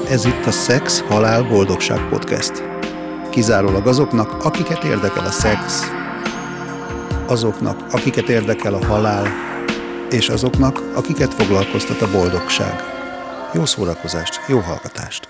Ez itt a Szex, Halál, Boldogság Podcast. Kizárólag azoknak, akiket érdekel a szex, azoknak, akiket érdekel a halál, és azoknak, akiket foglalkoztat a boldogság. Jó szórakozást, jó hallgatást!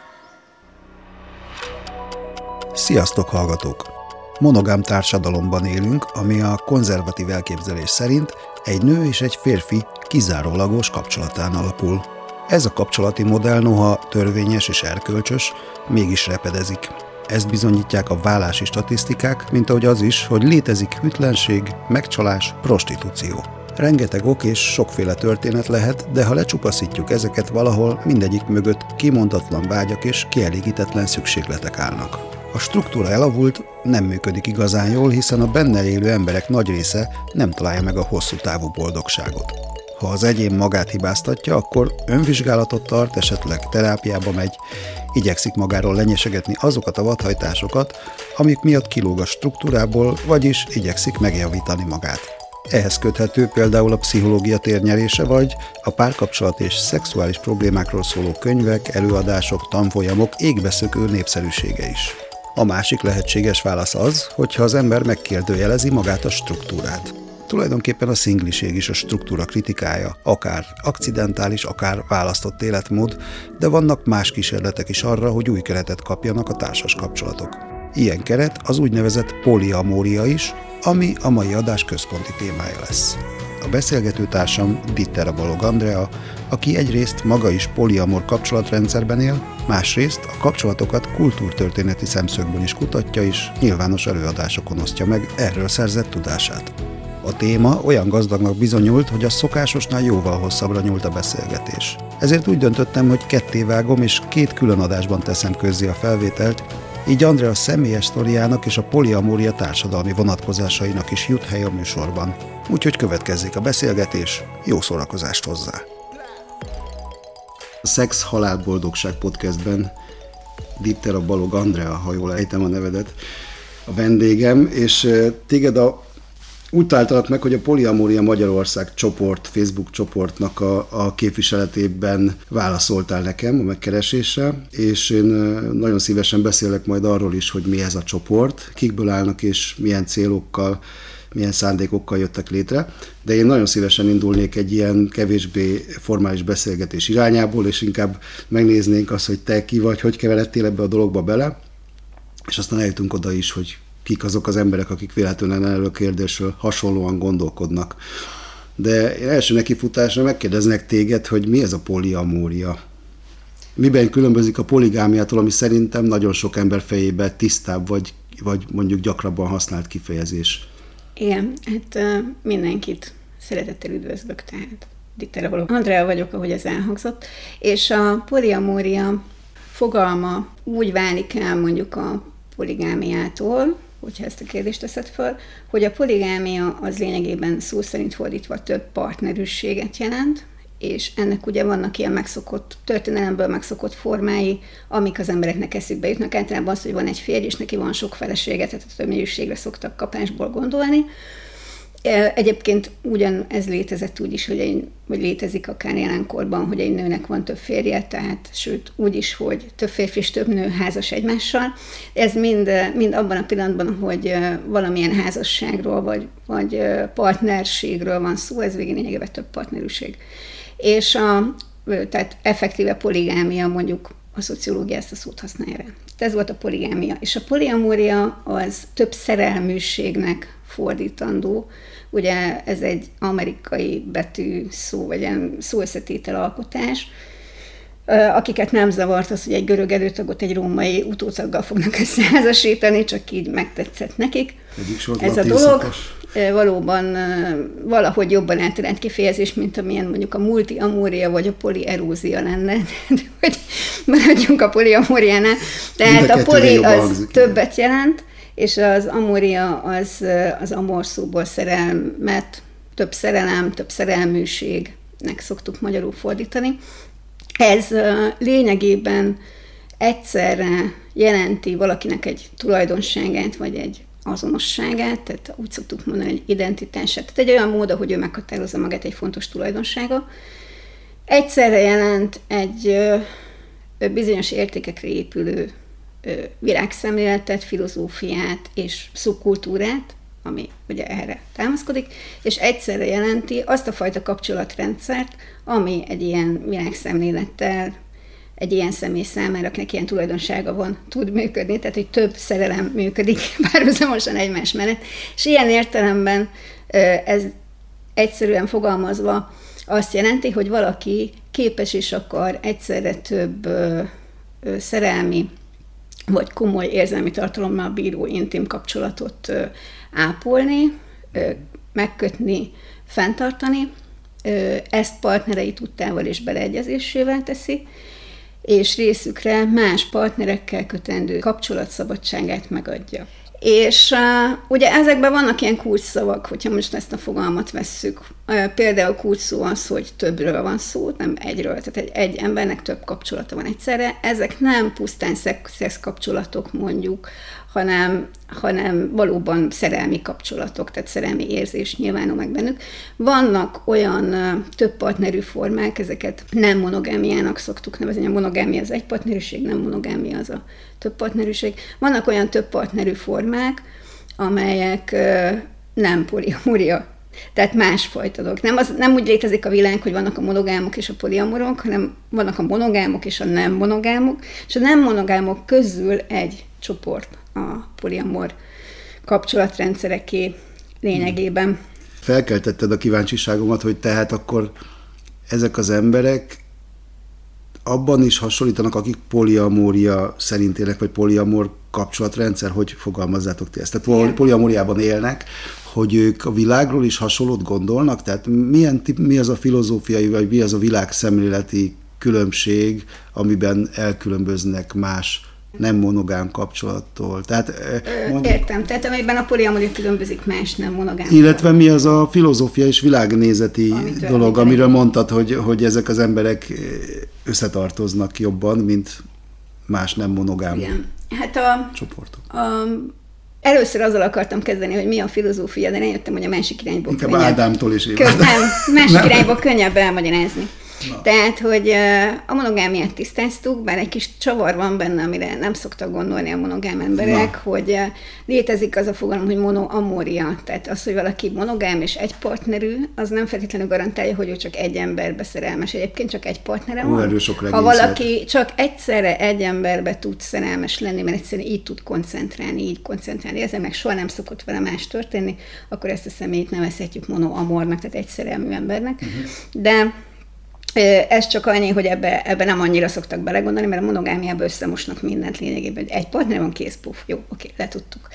Sziasztok, hallgatók! Monogám társadalomban élünk, ami a konzervatív elképzelés szerint egy nő és egy férfi kizárólagos kapcsolatán alapul. Ez a kapcsolati modell noha törvényes és erkölcsös, mégis repedezik. Ezt bizonyítják a vállási statisztikák, mint ahogy az is, hogy létezik hűtlenség, megcsalás, prostitúció. Rengeteg ok és sokféle történet lehet, de ha lecsupaszítjuk ezeket valahol, mindegyik mögött kimondhatlan vágyak és kielégítetlen szükségletek állnak. A struktúra elavult, nem működik igazán jól, hiszen a benne élő emberek nagy része nem találja meg a hosszú távú boldogságot. Ha az egyén magát hibáztatja, akkor önvizsgálatot tart, esetleg terápiába megy, igyekszik magáról lenyesegetni azokat a vadhajtásokat, amik miatt kilóg a struktúrából, vagyis igyekszik megjavítani magát. Ehhez köthető például a pszichológia térnyerése, vagy a párkapcsolat és szexuális problémákról szóló könyvek, előadások, tanfolyamok égbeszökő népszerűsége is. A másik lehetséges válasz az, hogyha az ember megkérdőjelezi magát a struktúrát. Tulajdonképpen a szingliség is a struktúra kritikája, akár akcidentális, akár választott életmód, de vannak más kísérletek is arra, hogy új keretet kapjanak a társas kapcsolatok. Ilyen keret az úgynevezett poliamória is, ami a mai adás központi témája lesz. A beszélgetőtársam Ditter Balog Andrea, aki egyrészt maga is poliamor kapcsolatrendszerben él, másrészt a kapcsolatokat kultúrtörténeti szemszögből is kutatja és nyilvános előadásokon osztja meg erről szerzett tudását. A téma olyan gazdagnak bizonyult, hogy a szokásosnál jóval hosszabbra nyúlt a beszélgetés. Ezért úgy döntöttem, hogy kettévágom és 2 külön adásban teszem közzé a felvételt, így Andrea személyes sztoriának és a poliamória társadalmi vonatkozásainak is jut hely a műsorban. Úgyhogy következzék a beszélgetés, jó szórakozást hozzá! A Szex, Halál, Boldogság podcastben Ditter Balog Andrea, ha jól ejtem a nevedet, a vendégem, és téged úgy találtalak meg, hogy a Poliamória Magyarország csoport, Facebook csoportnak a képviseletében válaszoltál nekem a megkeresésre, és én nagyon szívesen beszélek majd arról is, hogy mi ez a csoport, kikből állnak és milyen célokkal, milyen szándékokkal jöttek létre, de én nagyon szívesen indulnék egy ilyen kevésbé formális beszélgetés irányából, és inkább megnéznénk azt, hogy te ki vagy, hogy keveredtél ebbe a dologba bele, és aztán eljutunk oda is, hogy kik azok az emberek, akik véletlenül erről a kérdésről hasonlóan gondolkodnak. De első nekifutásra megkérdeznek téged, hogy mi ez a poliamória? Miben különbözik a poligámiától, ami szerintem nagyon sok ember fejében tisztább, vagy mondjuk gyakrabban használt kifejezés? Igen, hát mindenkit szeretettel üdvözlök, tehát Ditter Balog Andrea vagyok, ahogy ez elhangzott, és a poliamória fogalma úgy válik el mondjuk a poligámiától, hogyha ezt a kérdést teszed föl, hogy a poligámia az lényegében szó szerint fordítva több partnerűsséget jelent, és ennek ugye vannak ilyen megszokott, történelemből megszokott formái, amik az embereknek eszükbe jutnak. Általában az, hogy van egy férj, és neki van sok felesége, tehát a többnyűségre szoktak kapásból gondolni. Egyébként ugyan ez létezett úgy is, vagy létezik akár jelenkorban, hogy egy nőnek van több férje, tehát sőt úgy is, hogy több férfi és több nő házas egymással. Ez mind abban a pillanatban, hogy valamilyen házasságról vagy partnerségről van szó, ez végén lényegében több partnerűség. És tehát effektíve poligámia, mondjuk a szociológia ezt a szót használja rá. Ez volt a poligámia. És a poliamória az több szerelműségnek fordítandó. Ugye ez egy amerikai betű szó, vagy ilyen szóösszetétel alkotás. Akiket nem zavart az, hogy egy görög előtagot egy római utótaggal fognak összeházasítani, csak így megtetszett nekik. Ez a dolog valóban valahogy jobban elterjedt kifejezés, mint amilyen mondjuk a multiamória vagy a polierózia lenne. Hogy maradjunk a poliamóriánál. Tehát a poli az többet jelent, és az amória az amor szóból szerelmet, több szerelem, több szerelműségnek szoktuk magyarul fordítani. Ez lényegében egyszerre jelenti valakinek egy tulajdonságát, vagy egy azonosságát, tehát úgy szoktuk mondani, egy identitását. Tehát egy olyan mód, hogy ő meghatározza magát egy fontos tulajdonsága. Egyszerre jelent bizonyos értékekre épülő világszemléletet, filozófiát és szubkultúrát, ami ugye erre támaszkodik, és egyszerre jelenti azt a fajta kapcsolatrendszert, ami egy ilyen világszemlélettel, egy ilyen személy számára, akinek ilyen tulajdonsága van, tud működni, tehát hogy több szerelem működik párhuzamosan egymás mellett, és ilyen értelemben ez egyszerűen fogalmazva azt jelenti, hogy valaki képes és akar egyszerre több szerelmi vagy komoly érzelmi tartalommal bíró intim kapcsolatot ápolni, megkötni, fenntartani, ezt partnerei tudtával és beleegyezésével teszi, és részükre más partnerekkel kötendő kapcsolatszabadságát megadja. És ugye ezekben vannak ilyen kulcsszavak, hogyha most ezt a fogalmat vesszük. Például kulcsszó az, hogy többről van szó, nem egyről, tehát egy embernek több kapcsolata van egyszerre. Ezek nem pusztán szex kapcsolatok mondjuk, hanem valóban szerelmi kapcsolatok, tehát szerelmi érzés nyilvánul meg bennük. Vannak olyan több partnerű formák, ezeket nem monogámiának szoktuk nevezni. A monogámia az egypartnerűség, nem monogámia az a több partnerűség. Vannak olyan több partnerű formák, amelyek nem poliamória, tehát másfajta dolgok. Nem úgy létezik a világ, hogy vannak a monogámok és a poliamorok, hanem vannak a monogámok és a nem monogámok, és a nem monogámok közül egy csoport a poliamor kapcsolatrendszereké lényegében. Felkeltetted a kíváncsiságomat, hogy tehát akkor ezek az emberek abban is hasonlítanak, akik poliamória szerint élnek, vagy poliamor kapcsolatrendszer, hogy fogalmazzátok ti ezt? Tehát poliamóriában élnek, hogy ők a világról is hasonlót gondolnak? Tehát mi az a filozófiai, vagy mi az a világszemléleti különbség, amiben elkülönböznek más nem monogám kapcsolattól? Tehát, értem, tehát amiben a poliamória különbözik más nem monogám. Illetve mi az a filozófia és világnézeti dolog, amiről mondtad, hogy ezek az emberek összetartoznak jobban, mint más nem monogám csoportok. Először azzal akartam kezdeni, hogy mi a filozófia, de rájöttem, hogy a másik irányból inkább Ádámtól is másik irányból könnyebb elmagyarázni. Tehát, hogy a monogámiát tisztáztuk, bár egy kis csavar van benne, amire nem szoktak gondolni a monogám emberek, hogy létezik az a fogalom, hogy monoamória. Tehát az, hogy valaki monogám és egy partnerű, az nem feltétlenül garantálja, hogy ő csak egy emberbe szerelmes. Egyébként csak egy partnere van. Ha valaki csak egyszerre egy emberbe tud szerelmes lenni, mert egyszerűen így tud koncentrálni, ezzel meg soha nem szokott vele más történni, akkor ezt a személyt nevezhetjük monoamornak, tehát egy szerelmű embernek. De ez csak annyi, hogy ebbe nem annyira szoktak belegondolni, mert a monogámiában összemosnak mindent lényegében, hogy egy partner van, kész, puf, jó, oké, letudtuk.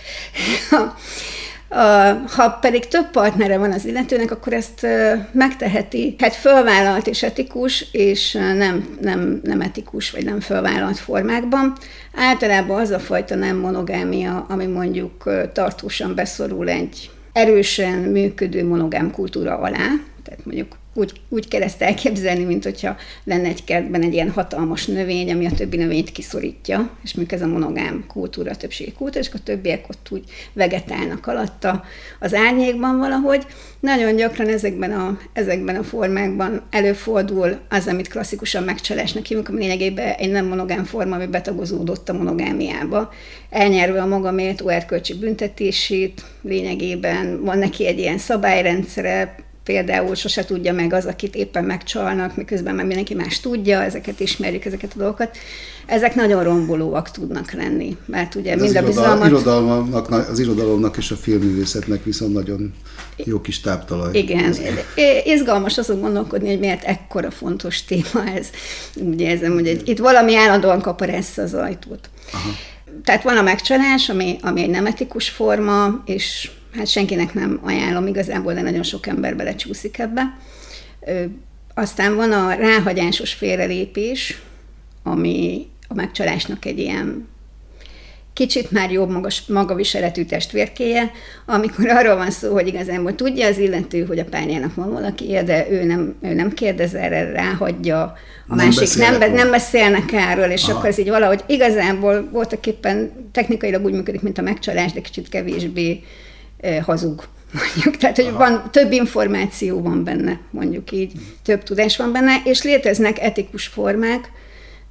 Ha pedig több partnere van az illetőnek, akkor ezt megteheti, hát fölvállalt és etikus, és nem etikus, vagy nem fölvállalt formákban. Általában az a fajta nem monogámia, ami mondjuk tartósan beszorul egy erősen működő monogám kultúra alá, tehát mondjuk úgy kell ezt elképzelni, mint hogyha lenne egy kertben egy ilyen hatalmas növény, ami a többi növényt kiszorítja, és mondjuk ez a monogám kultúra, a többségi kultúra, és a többiek ott úgy vegetálnak alatta az árnyékban valahogy. Nagyon gyakran ezekben a formákban előfordul az, amit klasszikusan megcsalásnak hívunk, ami lényegében egy nem monogám forma, ami betagozódott a monogámiába, elnyerve a maga méltó erkölcsi büntetését, lényegében van neki egy ilyen szabályrendszere, például sose tudja meg az, akit éppen megcsalnak, miközben már mindenki más tudja, ezeket ismerjük, ezeket a dolgokat. Ezek nagyon rombolóak tudnak lenni, mert ugye mind a bizalmat... Az irodalomnak és a filmművészetnek viszont nagyon jó kis táptalaj. Igen, izgalmas azon gondolkodni, hogy miért ekkora fontos téma ez. Úgy érzem, hogy itt valami állandóan kaparásza az ajtót. Aha. Tehát van a megcsalás, ami egy nem etikus forma, és hát senkinek nem ajánlom igazából, de nagyon sok ember belecsúszik ebbe. Aztán van a ráhagyásos félrelépés, ami a megcsalásnak egy ilyen kicsit már jobb magaviseletű testvérkéje, amikor arról van szó, hogy igazából tudja az illető, hogy a párjának van valaki, de ő nem kérdez erre, ráhagyja, a másik nem beszélnek erről, és akkor ez így valahogy igazából voltaképpen technikailag úgy működik, mint a megcsalás, de kicsit kevésbé hazug, mondjuk. Tehát, hogy van több információ van benne, mondjuk így, több tudás van benne, és léteznek etikus formák,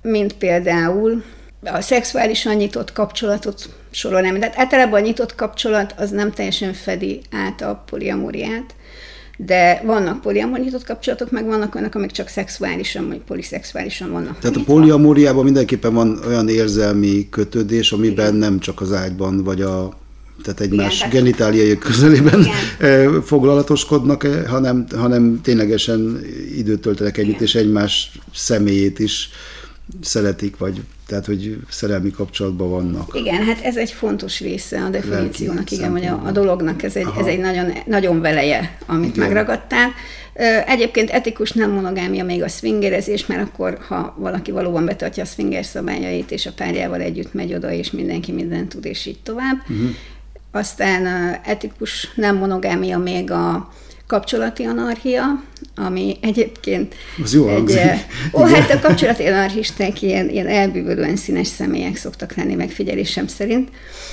mint például a szexuálisan nyitott kapcsolatot sorolnám. De általában a nyitott kapcsolat az nem teljesen fedi át a poliamóriát, de vannak poliamor nyitott kapcsolatok, meg vannak olyanok, amik csak szexuálisan, vagy poliszexuálisan vannak. Tehát a poliamóriában mindenképpen van olyan érzelmi kötődés, amiben nem csak az ágyban, vagy tehát egymás genitáliai közelében foglalatoskodnak, hanem ténylegesen időt töltenek együtt, és egymás személyét is szeretik, tehát hogy szerelmi kapcsolatban vannak. Igen, hát ez egy fontos része a definíciónak, igen, vagy a dolognak, ez egy nagyon, nagyon veleje, amit megragadtál. Egyébként etikus nem monogámia még a swingerezés, mert akkor, ha valaki valóban betartja a swinger szabályait, és a párjával együtt megy oda, és mindenki mindent tud, és így tovább. Aztán etikus nem monogámia még a kapcsolati anarchia, ami egyébként az jó hát a kapcsolati anarchisták ilyen elbűvölően színes személyek szoktak lenni megfigyelésem szerint.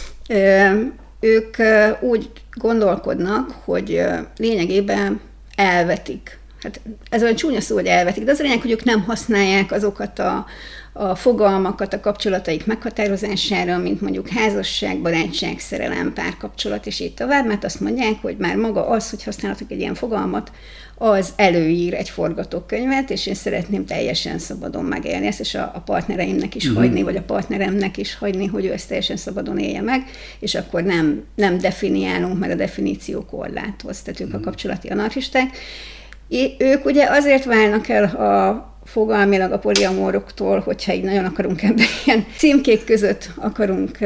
Ők úgy gondolkodnak, hogy lényegében elvetik. Hát ez olyan csúnya szó, hogy elvetik, de az a lényeg, hogy ők nem használják azokat a fogalmakat a kapcsolataik meghatározására, mint mondjuk házasság, barátság, szerelem, párkapcsolat, és így tovább, mert azt mondják, hogy már maga az, hogy használhatok egy ilyen fogalmat, az előír egy forgatókönyvet, és én szeretném teljesen szabadon megélni ezt, és a partnereimnek is hagyni, vagy a partneremnek is hagyni, hogy ő ezt teljesen szabadon élje meg, és akkor nem definiálunk, mert a definíció korlátoz, tehát ők a kapcsolati anarchisták. Ők ugye azért válnak el fogalmilag a poliamoroktól, hogyha így nagyon akarunk ebben ilyen címkék között akarunk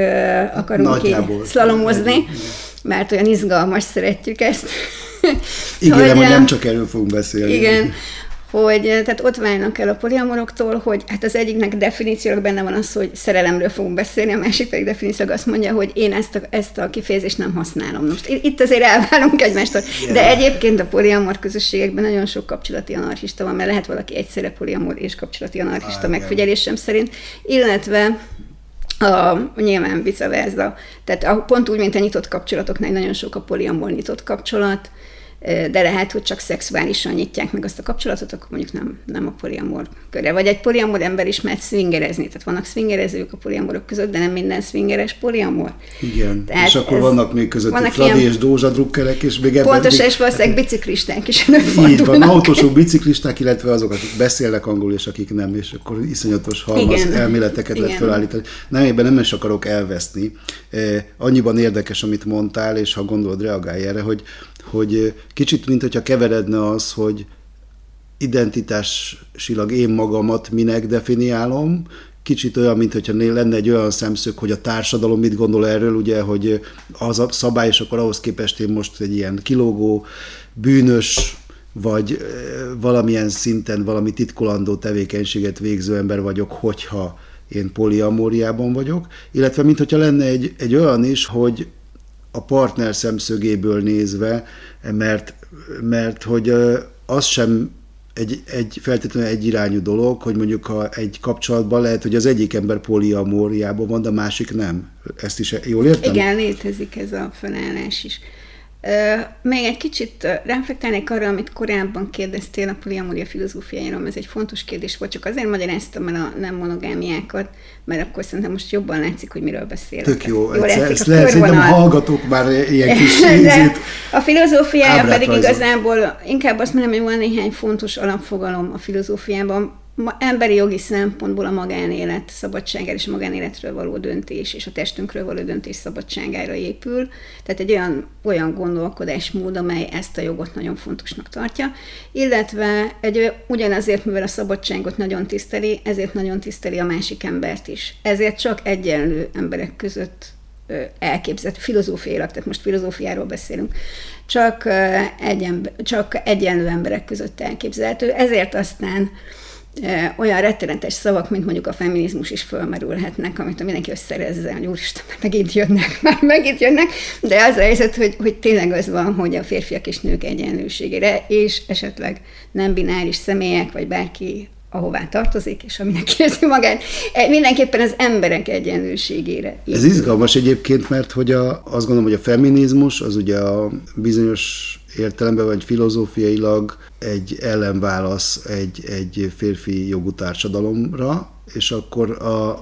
szlalomozni, mert olyan izgalmas, szeretjük ezt. Igen, hogy nem csak erről fogunk beszélni. Igen, hogy tehát ott válnak el a poliamoroktól, hogy hát az egyiknek definíciólag benne van az, hogy szerelemről fogunk beszélni, a másik pedig definíciólag azt mondja, hogy én ezt a kifejezést nem használom. Most itt azért elválunk egymástól. Yeah. De egyébként a poliamor közösségekben nagyon sok kapcsolati anarchista van, mert lehet valaki egyszerre poliamor és kapcsolati anarchista megfigyelésem szerint, illetve nyilván vice versa. Tehát pont úgy, mint a nyitott kapcsolatoknál nagyon sok a poliamor nyitott kapcsolat, de lehet, hogy csak szexuálisan nyitják meg azt a kapcsolatot, akkor mondjuk nem a poliamor köre. Vagy egy poliamor ember is mehet swingerezni. Tehát vannak swingerezők a poliamorok között, de nem minden swingeres poliamor. Igen, tehát és akkor vannak még közöttük Fradi és Dózsa drukkerek, és még ebben... Pontosan, és valószínűleg biciklisták is így van, autósok, biciklisták, illetve azok, akik beszélnek angolul, és akik nem, és akkor iszonyatos halmaz elméleteket lehet felállítani. Ebben nem is akarok elveszni. Annyiban érdekes, amit mondtál, és ha gondolod, reagálj erre, hogy kicsit, mint hogyha keveredne az, hogy identitásilag én magamat minek definiálom, kicsit olyan, mint hogyha lenne egy olyan szemszög, hogy a társadalom mit gondol erről, ugye, hogy az a szabály, és akkor ahhoz képest én most egy ilyen kilógó, bűnös, vagy valamilyen szinten valami titkolandó tevékenységet végző ember vagyok, hogyha én poliamóriában vagyok, illetve mint hogyha lenne egy olyan is, hogy a partner szemszögéből nézve, mert hogy az sem egy feltétlenül egyirányú dolog, hogy mondjuk ha egy kapcsolatban lehet, hogy az egyik ember poliamóriában van, de a másik nem. Ezt is jól értem? Igen, létezik ez a felállás is. Még egy kicsit reflektálnék arra, amit korábban kérdeztél a poliamória filozófiájáról, ez egy fontos kérdés volt, csak azért magyaráztam el a nem monogámiákat, mert akkor szerintem most jobban látszik, hogy miről beszélek. Tök jó, ezt szerintem hallgatók már ilyen kis ízét. A filozófiája pedig igazából inkább azt mondom, hogy van néhány fontos alapfogalom a filozófiában, emberi jogi szempontból a magánélet szabadságára és a magánéletről való döntés és a testünkről való döntés szabadságára épül. Tehát egy olyan gondolkodásmód, amely ezt a jogot nagyon fontosnak tartja, illetve ugyanazért, mivel a szabadságot nagyon tiszteli, ezért nagyon tiszteli a másik embert is. Ezért csak egyenlő emberek között elképzelt filozófiailag, tehát most filozófiáról beszélünk, csak egyenlő emberek között elképzelhető. Ezért aztán olyan rettenetes szavak, mint mondjuk a feminizmus is fölmerülhetnek, amit mindenki összerezze, hogy úristen, már megint jönnek, de az a helyzet, hogy tényleg az van, hogy a férfiak és nők egyenlőségére, és esetleg nem bináris személyek, vagy bárki ahová tartozik, és aminek érzi magát, mindenképpen az emberek egyenlőségére. Ez izgalmas egyébként, mert hogy azt gondolom, hogy a feminizmus az ugye a bizonyos értelemben, vagy filozófiailag egy ellenválasz egy férfi jogú társadalomra, és akkor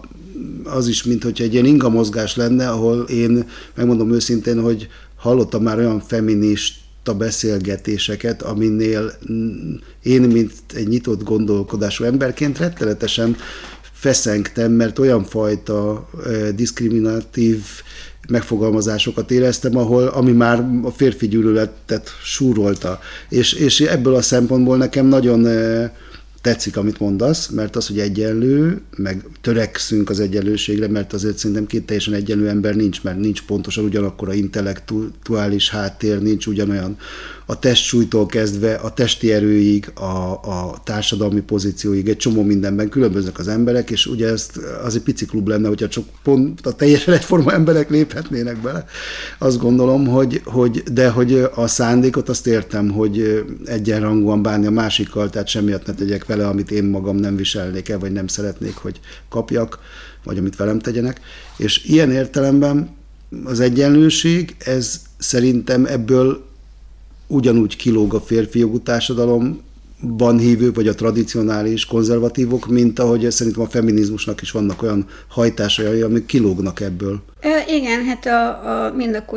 az is, mint hogyha egy ilyen inga mozgás lenne, ahol én megmondom őszintén, hogy hallottam már olyan feminista beszélgetéseket, aminél én, mint egy nyitott gondolkodású emberként rettenetesen feszengtem, mert olyan fajta diszkriminatív megfogalmazásokat éreztem, ami már a férfi gyűlöletet súrolta. És ebből a szempontból nekem nagyon tetszik, amit mondasz, mert az, hogy egyenlő, meg törekszünk az egyenlőségre, mert azért szerintem két teljesen egyenlő ember nincs, mert nincs pontosan ugyanakkora intellektuális háttér, nincs ugyanolyan a testsúlytól kezdve a testi erőig, a társadalmi pozícióig, egy csomó mindenben különböznek az emberek, és ugye ez az egy pici klub lenne, hogyha csak pont a teljesen egyforma emberek léphetnének bele. Azt gondolom, hogy a szándékot azt értem, hogy egyenrangúan bánni a másikkal, tehát semmiért ne tegyek vele, amit én magam nem viselnék el, vagy nem szeretnék, hogy kapjak, vagy amit velem tegyenek. És ilyen értelemben az egyenlőség, ez szerintem ebből ugyanúgy kilóg a férfi jogú társadalomban hívők, vagy a tradicionális konzervatívok, mint ahogy szerintem a feminizmusnak is vannak olyan hajtásai, amik kilógnak ebből. Igen, hát mind a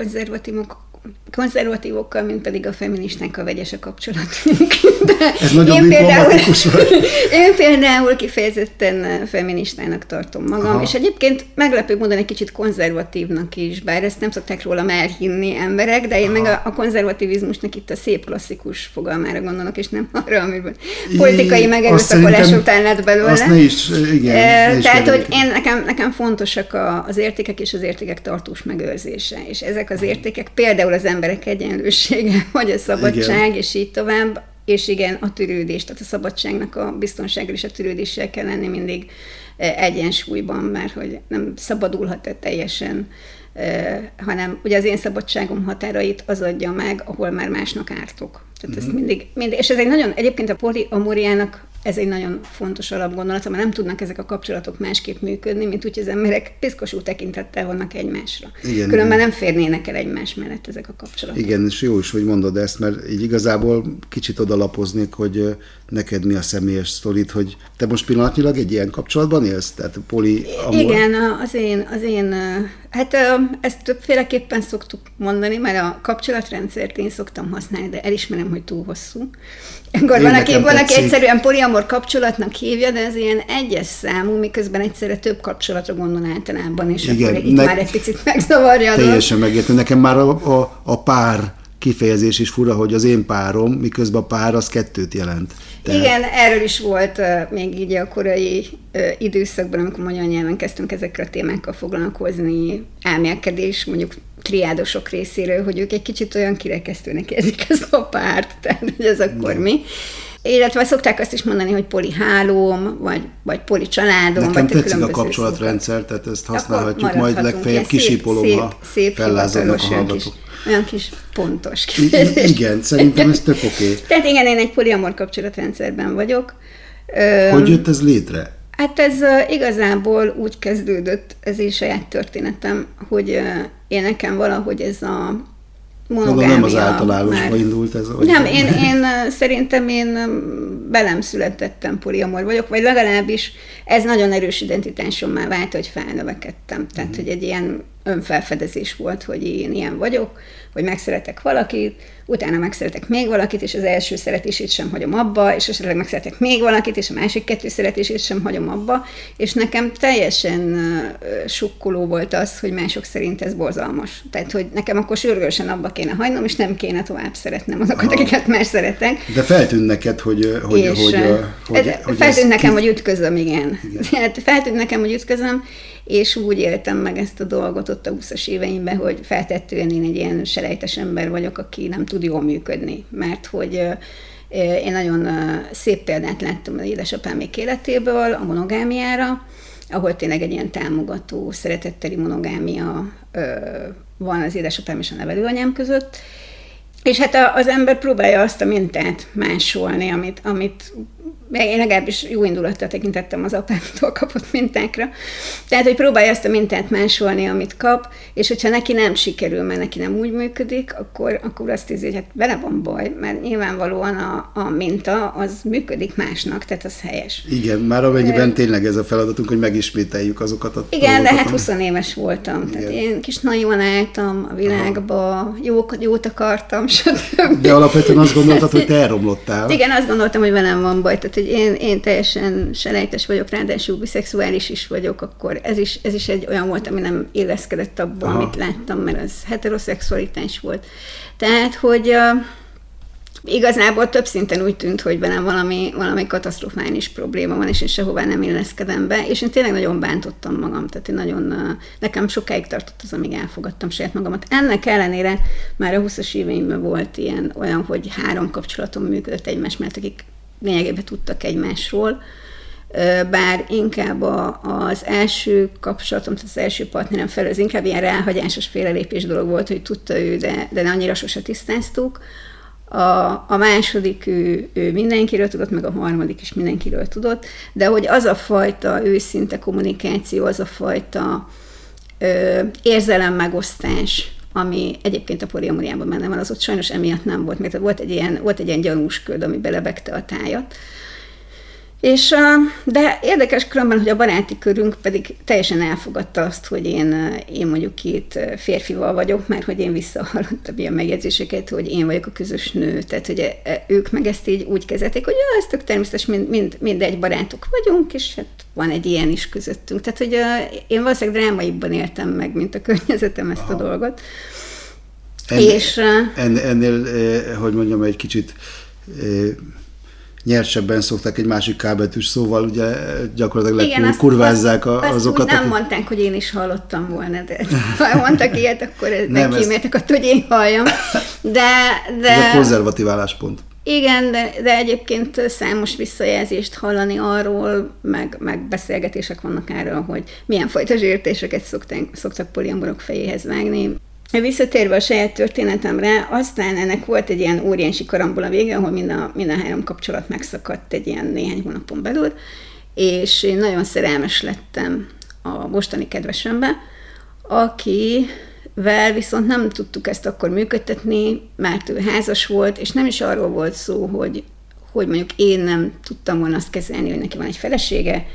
konzervatívokkal, mint pedig a feministákkal vegyes a kapcsolatunk. Ez nagyon diplomatikus vagy. Én például kifejezetten feministának tartom magam, aha, és egyébként meglepő módon egy kicsit konzervatívnak is, bár ezt nem szokták rólam elhinni emberek, de én meg a konzervativizmusnak itt a szép klasszikus fogalmára gondolok, és nem arra, amiben politikai megerőszakolás után lett belőle. Azt ne is, igen. Tehát, hogy nekem fontosak az értékek és az értékek tartós megőrzése, és ezek az értékek például az emberek egyenlősége, vagy a szabadság, igen, és így tovább, és igen, a tűrődés, tehát a szabadságnak a biztonsággal és a tűrődéssel kell lenni mindig egyensúlyban, mert hogy nem szabadulhat teljesen, hanem ugye az én szabadságom határait az adja meg, ahol már másnak ártok. Tehát ez mindig, és ez egy nagyon, egyébként a poliamóriának ez egy nagyon fontos alapgondolata, mert nem tudnak ezek a kapcsolatok másképp működni, mint úgy az emberek piszkosul tekintettel vannak egymásra. Igen, különben nem férnének el egymás mellett ezek a kapcsolatok. Igen, és jó is, hogy mondod ezt, mert így igazából kicsit odalapoznék, hogy neked mi a személyes sztorid, hogy te most pillanatnyilag egy ilyen kapcsolatban élsz? Tehát poliamor? Igen, az én hát ezt többféleképpen szoktuk mondani, mert a kapcsolatrendszert én szoktam használni, de elismerem, hogy túl hosszú. Akkor van, aki egyszerűen poliamor kapcsolatnak hívja, de ez ilyen egyes számú, miközben egyszerre több kapcsolatra gondol általában, és igen, akkor itt már egy picit megzavarja a dolog. Teljesen megértem. Nekem már a pár kifejezés is fura, hogy az én párom, miközben a pár az kettőt jelent. Tehát... Igen, erről is volt még így a korai időszakban, amikor magyar nyelven kezdtünk ezekkel a témákkal foglalkozni, elmélkedés, mondjuk triádosok részéről, hogy ők egy kicsit olyan kirekesztőnek érzik ezt a párt, tehát hogy ez akkor mi. Illetve szokták azt is mondani, hogy polihálóm, vagy policsaládom. Nekem tetszik a kapcsolatrendszer, tehát ezt használhatjuk majd legfeljebb kisipolom, ha fellázadnak a hallgatók. Olyan kis pontos kifejezés. Igen, szerintem ez tök oké. Tehát igen, én egy poliamor kapcsolatrendszerben vagyok. Hogy jött ez létre? Hát ez igazából úgy kezdődött, ez én saját történetem, hogy én nekem valahogy ez a monogámia... Nem az általánosba indult ez? Nem, én szerintem belem születettem poliamor vagyok, vagy legalábbis ez nagyon erős identitásommá vált, hogy felnövekedtem. Tehát, hogy egy ilyen önfelfedezés volt, hogy én ilyen vagyok, hogy megszeretek valakit, utána megszeretek még valakit, és az első szeretését sem hagyom abba, és esetleg megszeretek még valakit, és a másik kettő szeretését sem hagyom abba, és nekem teljesen sokkoló volt az, hogy mások szerint ez borzalmas. Tehát, hogy nekem akkor sürgősen abba kéne hagynom, és nem kéne tovább szeretnem azokat, akiket már szeretek. De feltűnt neked, hogy feltűnt nekem, hogy ütközöm, igen. Feltűnt nekem, hogy ütközöm, és úgy éltem meg ezt a dolgot ott a 20-as éveimben, hogy feltettően én egy ilyen selejtes ember vagyok, aki nem tud jól működni, mert hogy én nagyon szép példát láttam az édesapámék életéből a monogámiára, ahol tényleg egy ilyen támogató, szeretetteli monogámia van az édesapám és a nevelőanyám között, és hát az ember próbálja azt a mintát másolni, amit én legalábbis jó indulattal tekintettem az apámtól kapott mintákra. Tehát, hogy próbálja azt a mintát másolni, amit kap, és hogyha neki nem sikerül, mert neki nem úgy működik, akkor azt hiszi, hogy hát vele van baj, mert nyilvánvalóan a minta az működik másnak, tehát az helyes. Igen, már amennyiben tényleg ez a feladatunk, hogy megismételjük azokat a igen, dolgokat, de hát 20 éves voltam. Tehát én kis naivan álltam a világba, jót akartam, stb. De alapvetően azt gondoltad, hogy te elromlottál. Igen, azt gondoltam, hogy velem van baj. Tehát, hogy én teljesen selejtes vagyok, ráadásul biszexuális is vagyok, akkor ez is egy olyan volt, ami nem illeszkedett abban, amit láttam, mert az heteroszexualitás volt. Tehát, hogy igazából több szinten úgy tűnt, hogy velem valami katasztrofális probléma van, és én sehová nem illeszkedem be, és én tényleg nagyon bántottam magam, tehát én nekem sokáig tartott az, amíg elfogadtam saját magamat. Ennek ellenére már a 20-as éveimben volt olyan, hogy 3 kapcsolatom működött egymás mellett, akik lényegében tudtak egymásról, bár inkább az első kapcsolatom, tehát az első partnerem felől, az inkább ilyen ráhagyásos félrelépés dolog volt, hogy tudta ő, de annyira sose tisztáztuk. A második ő mindenkiről tudott, meg a harmadik is mindenkiről tudott, de hogy az a fajta őszinte kommunikáció, az a fajta érzelemmegosztás, ami egyébként a poliamóriában benne van, az ott sajnos emiatt nem volt, mert volt egy ilyen gyanús köd, ami belebegte a tájat. De érdekes különben, hogy a baráti körünk pedig teljesen elfogadta azt, hogy én mondjuk 2 férfival vagyok, mert hogy én visszahallottam ilyen megjegyzéseket, hogy én vagyok a közös nő. Tehát, hogy ők meg ezt így úgy kezelték, hogy ez tök természetes, mind egy barátok vagyunk, és hát van egy ilyen is közöttünk. Tehát, hogy én valószínűleg drámaibban éltem meg, mint a környezetem ezt a dolgot. Ennél, hogy mondjam, egy kicsit nyersebben szokták egy másik kábetűs szóval, ugye gyakorlatilag lekurvázzák azokat. Azt nem mondták, hogy én is hallottam volna, de ha mondtak ilyet, akkor megkíméltek attól, hogy én halljam. Ez a konzervatív álláspont. Igen, de egyébként számos visszajelzést hallani arról, meg beszélgetések vannak erről, hogy milyen fajta zsírtéseket szoktak poliamorok fejéhez vágni. Visszatérve a saját történetemre, aztán ennek volt egy ilyen óriási karambola vége, ahol mind a 3 kapcsolat megszakadt egy ilyen néhány hónapon belül, és én nagyon szerelmes lettem a mostani kedvesembe, akivel viszont nem tudtuk ezt akkor működtetni, mert ő házas volt, és nem is arról volt szó, hogy mondjuk én nem tudtam volna azt kezelni, hogy neki van egy felesége,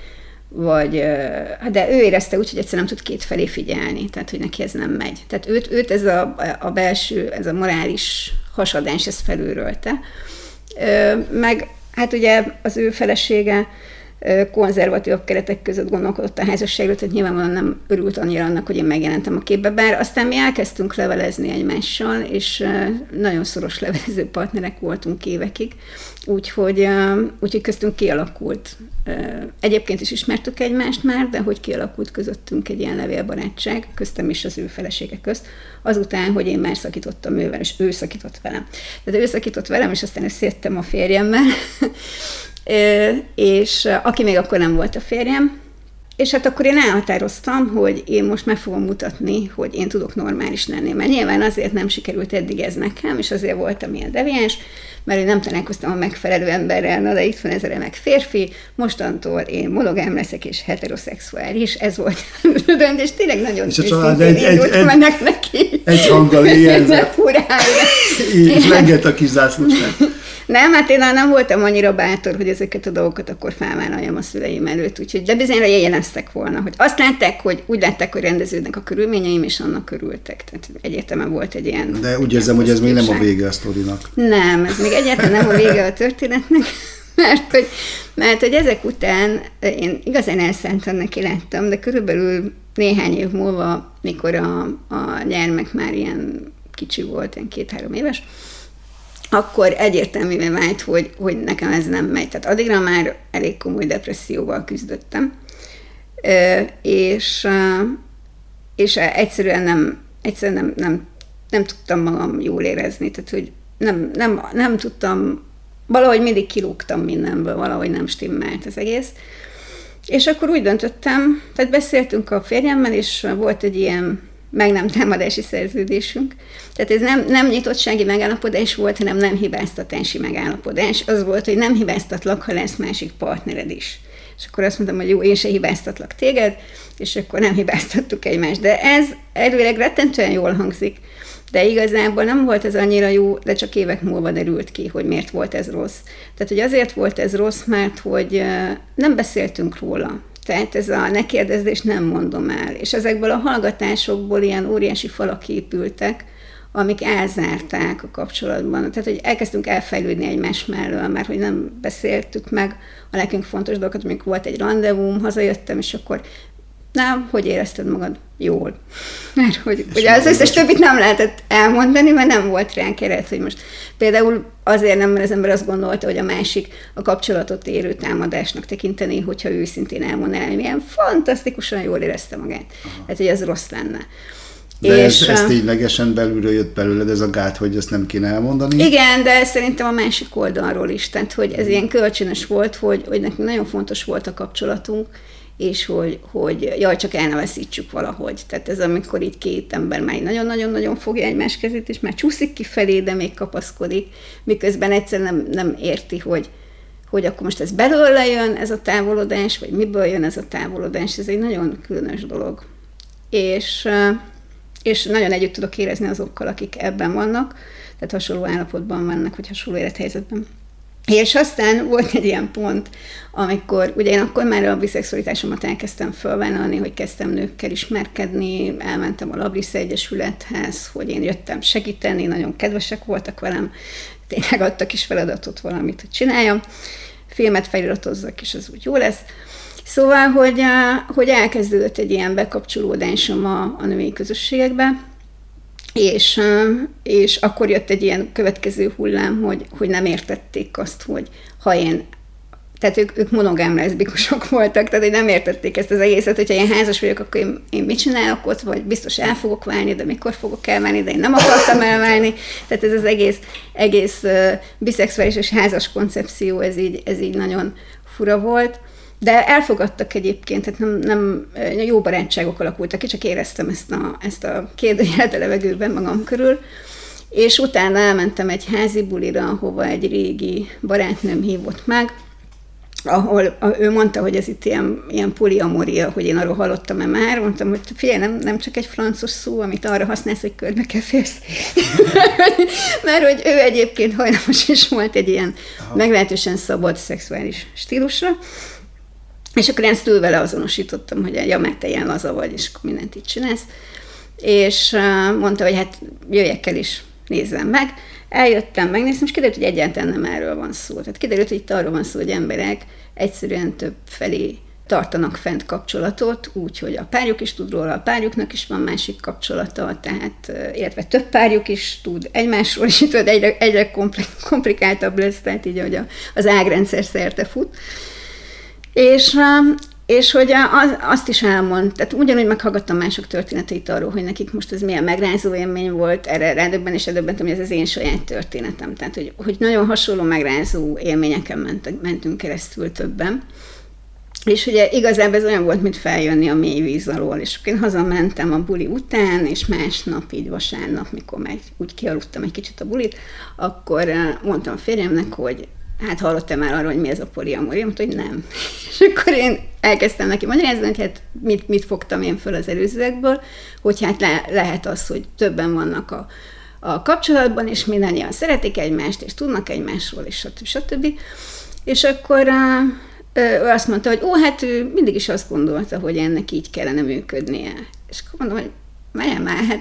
de ő érezte úgy, hogy egyszerűen nem tud 2 felé figyelni, tehát hogy neki ez nem megy. Tehát őt ez a belső, ez a morális hasadás, ez felülrölte. Meg hát ugye az ő felesége konzervatívabb keretek között gondolkodott a házasságról, tehát nyilvánvalóan nem örült annyira annak, hogy én megjelentem a képbe, bár aztán mi elkezdtünk levelezni egymással, és nagyon szoros levelező partnerek voltunk évekig, úgyhogy köztünk kialakult. Egyébként is ismertük egymást már, de hogy kialakult közöttünk egy ilyen levélbarátság, köztem és az ő felesége közt, azután, hogy én már szakítottam ővel, és ő szakított velem. Tehát ő szakított velem, és aztán összejöttem a férjemmel, és aki még akkor nem volt a férjem, és hát akkor én elhatároztam, hogy én most meg fogom mutatni, hogy én tudok normális lenni, mert nyilván azért nem sikerült eddig ez nekem, és azért voltam ilyen deviáns, mert én nem találkoztam a megfelelő emberrel, na de itt van ez a remek férfi, mostantól én monogám leszek és heteroszexuális, ez volt a döntés, tényleg nagyon őszintén indult mennek neki. Egy hanggal éjjelzett. És lengett a kis zászlósnak. Nem, hát én nem voltam annyira bátor, hogy ezeket a dolgokat akkor felvállaljam a szüleim előtt, úgyhogy, de bizonyra jeleztek volna, hogy azt látták, hogy úgy látták, hogy rendeződnek a körülményeim, és annak örültek. Tehát egyértelműen volt egy ilyen... De úgy érzem, hogy ez még nem a vége a sztorinak. Nem, ez még egyáltalán nem a vége a történetnek, mert hogy ezek után én igazán elszántan neki láttam, de körülbelül néhány év múlva, mikor a gyermek már ilyen kicsi volt, ilyen 2-3 éves, akkor egyértelműen vált, hogy nekem ez nem megy. Tehát addigra már elég komoly depresszióval küzdöttem, és egyszerűen nem tudtam magam jól érezni, tehát hogy nem tudtam, valahogy mindig kilógtam mindenből, valahogy nem stimmelt az egész. És akkor úgy döntöttem, tehát beszéltünk a férjemmel, és volt egy ilyen meg nem támadási szerződésünk. Tehát ez nem nyitottsági megállapodás volt, hanem nem hibáztatási megállapodás. Az volt, hogy nem hibáztatlak, ha lesz másik partnered is. És akkor azt mondtam, hogy jó, én se hibáztatlak téged, és akkor nem hibáztattuk egymást. De ez előleg rettentően jól hangzik, de igazából nem volt ez annyira jó, de csak évek múlva derült ki, hogy miért volt ez rossz. Tehát, hogy azért volt ez rossz, mert hogy nem beszéltünk róla. Tehát ez a ne kérdezd, és nem mondom el. És ezekből a hallgatásokból ilyen óriási falak épültek, amik elzárták a kapcsolatban. Tehát, hogy elkezdtünk elfejlődni egymás mellől, mert hogy nem beszéltük meg a nekünk fontos dolgokat, amikor volt egy randevúm, hazajöttem, és akkor hogy érezted magad? Jól. Mert hogy ugye az összes többit nem lehetett elmondani, mert nem volt rá keret, hogy most például azért nem, mert az ember azt gondolta, hogy a másik a kapcsolatot érő támadásnak tekinteni, hogyha ő őszintén elmondaná, hogy milyen fantasztikusan jól érezte magát. Hát, hogy ez rossz lenne. De ez ténylegesen belülről jött belőled ez a gát, hogy ezt nem kéne elmondani? Igen, de szerintem a másik oldalról is. Tehát, hogy ez ilyen kölcsönös volt, hogy nekünk nagyon fontos volt a kapcsolatunk, és hogy jaj, csak el ne veszítsük valahogy. Tehát ez amikor így két ember már nagyon-nagyon-nagyon fogja egymás kezét, és már csúszik kifelé, de még kapaszkodik, miközben egyszerűen nem érti, hogy akkor most ez belőle jön, ez a távolodás, vagy miből jön ez a távolodás. Ez egy nagyon különös dolog. És nagyon együtt tudok érezni azokkal, akik ebben vannak, tehát hasonló állapotban vannak, vagy hasonló élethelyzetben. És aztán volt egy ilyen pont, amikor, ugye én akkor már a biszexualitásomat elkezdtem fölvállalni, hogy kezdtem nőkkel ismerkedni, elmentem a Labrisze Egyesülethez, hogy én jöttem segíteni, nagyon kedvesek voltak velem, tényleg adtak is feladatot valamit, hogy csináljam, filmet feliratozzak, és az úgy jó lesz. Szóval, hogy elkezdődött egy ilyen bekapcsolódásom a női közösségekbe, és akkor jött egy ilyen következő hullám, hogy nem értették azt, hogy ha én, tehát ők monogám leszbikusok voltak, tehát hogy nem értették ezt az egészet, hogyha én házas vagyok, akkor én mit csinálok ott, vagy biztos el fogok válni, de mikor fogok elválni, de én nem akartam elválni. Tehát ez az egész biszexuális és házas koncepció, ez így nagyon fura volt. De elfogadtak egyébként, tehát nem jó barátságok alakultak ki, csak éreztem ezt a kérdőjelet a levegőben magam körül. És utána elmentem egy házi bulira, ahova egy régi barátnőm hívott meg, ahol ő mondta, hogy ez itt ilyen poliamoria, hogy én arról hallottam-e már, mondtam, hogy figyelj, nem csak egy francos szó, amit arra használsz, hogy körbe kefélsz. Mert hogy ő egyébként hajlamos is volt egy ilyen meglehetősen szabad szexuális stílusra, és akkor én ezt tőle azonosítottam, hogy ja, mert te ilyen laza vagy, és akkor mindent így csinálsz. És mondta, hogy hát jöjjek el is, nézzem meg. Eljöttem, megnéztem, és kiderült, hogy egyáltalán nem erről van szó. Tehát kiderült, hogy itt arról van szó, hogy emberek egyszerűen több felé tartanak fent kapcsolatot, úgyhogy a párjuk is tud róla, a párjuknak is van másik kapcsolata, tehát, illetve több párjuk is tud egymásról, és itt egyre komplikáltabb lesz, tehát így, hogy az ágrendszer szerte fut. És hogy azt is elmond, tehát ugyanúgy meghallgattam mások történeteit arról, hogy nekik most ez milyen megrázó élmény volt, erre rádöbbentem, hogy ez az én saját történetem. Tehát, hogy nagyon hasonló megrázó élményeken mentünk keresztül többen. És ugye igazából ez olyan volt, mint feljönni a mély víz alól, és én hazamentem a buli után, és másnap, így vasárnap, mikor már úgy kialudtam egy kicsit a bulit, akkor mondtam a férjemnek, hogy hát hallottam már arról, hogy mi ez a poliamoria, mondta, hogy nem. És akkor én elkezdtem neki magyarázni, hogy hát mit fogtam én föl az előzőekből, hogy hát lehet az, hogy többen vannak a kapcsolatban, és mindannyian szeretik egymást, és tudnak egymásról, és stb. És akkor ő azt mondta, hogy hát ő mindig is azt gondolta, hogy ennek így kellene működnie. És akkor mondom, hogy menjen már, hát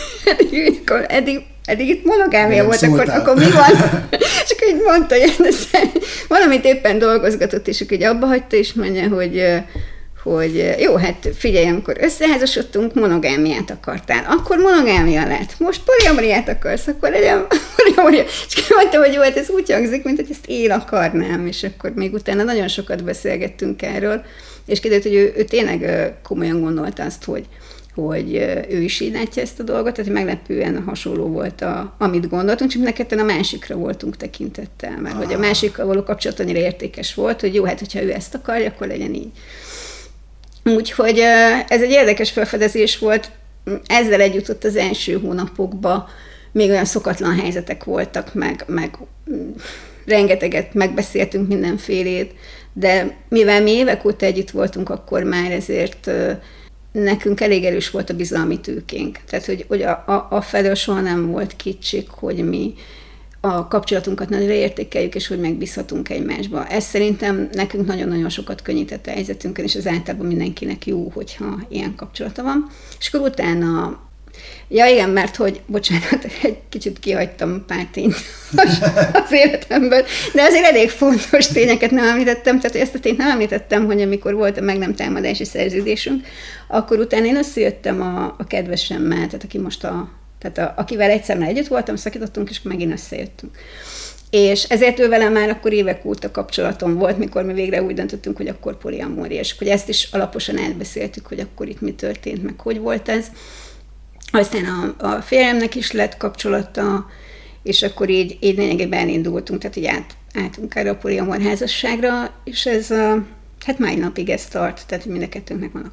eddig itt monogámia volt, akkor mi van? És akkor így mondta, hogy valamit éppen dolgozgatott, és akkor így abba hagyta, és mondja, hogy jó, hát figyelj, amikor összeházasodtunk, monogámiát akartál. Akkor monogámia lett. Most poliamoriát akarsz, akkor legyen poliamoria. És akkor mondtam, hogy jó, hát ez úgy hangzik, mint hogy ezt én akarnám. És akkor még utána nagyon sokat beszélgettünk erről, és kiderült, hogy ő tényleg komolyan gondolta azt, hogy ő is így látja ezt a dolgot, tehát meglepően hasonló volt, amit gondoltunk, csak neketten a másikra voltunk tekintettel, mert hogy a másikkal való kapcsolat annyira értékes volt, hogy jó, hát hogyha ő ezt akarja, akkor legyen így. Úgyhogy ez egy érdekes felfedezés volt, ezzel együtt ott az első hónapokban még olyan szokatlan helyzetek voltak, meg rengeteget megbeszéltünk mindenfélét, de mivel mi évek óta együtt voltunk, akkor már ezért nekünk elég erős volt a bizalmi tőkénk. Tehát, hogy a felől soha nem volt kétség, hogy mi a kapcsolatunkat nagyra értékeljük, és hogy megbízhatunk egymásba. Ez szerintem nekünk nagyon-nagyon sokat könnyített a helyzetünkön, és az általában mindenkinek jó, hogyha ilyen kapcsolata van. És akkor utána, ja igen, mert hogy, bocsánat, egy kicsit kihagytam pár tényt az életemben, de azért elég fontos tényeket nem említettem, tehát ezt a tényt nem említettem, hogy amikor volt a meg nem támadási szerződésünk, akkor utána én összejöttem a kedvesemmel, tehát aki most akivel egyszer együtt voltam, szakítottunk, és megint összejöttünk. És ezért ő velem már akkor évek óta kapcsolatom volt, mikor mi végre úgy döntöttünk, hogy akkor poliamória, és hogy ezt is alaposan átbeszéltük, hogy akkor itt mi történt, meg hogy volt ez. Aztán a férjemnek is lett kapcsolata, és akkor így lényegében elindultunk, tehát így álltunk erre a poliamor házasságra, és ez hát mai napig ez tart, tehát mind a kettőnknek vannak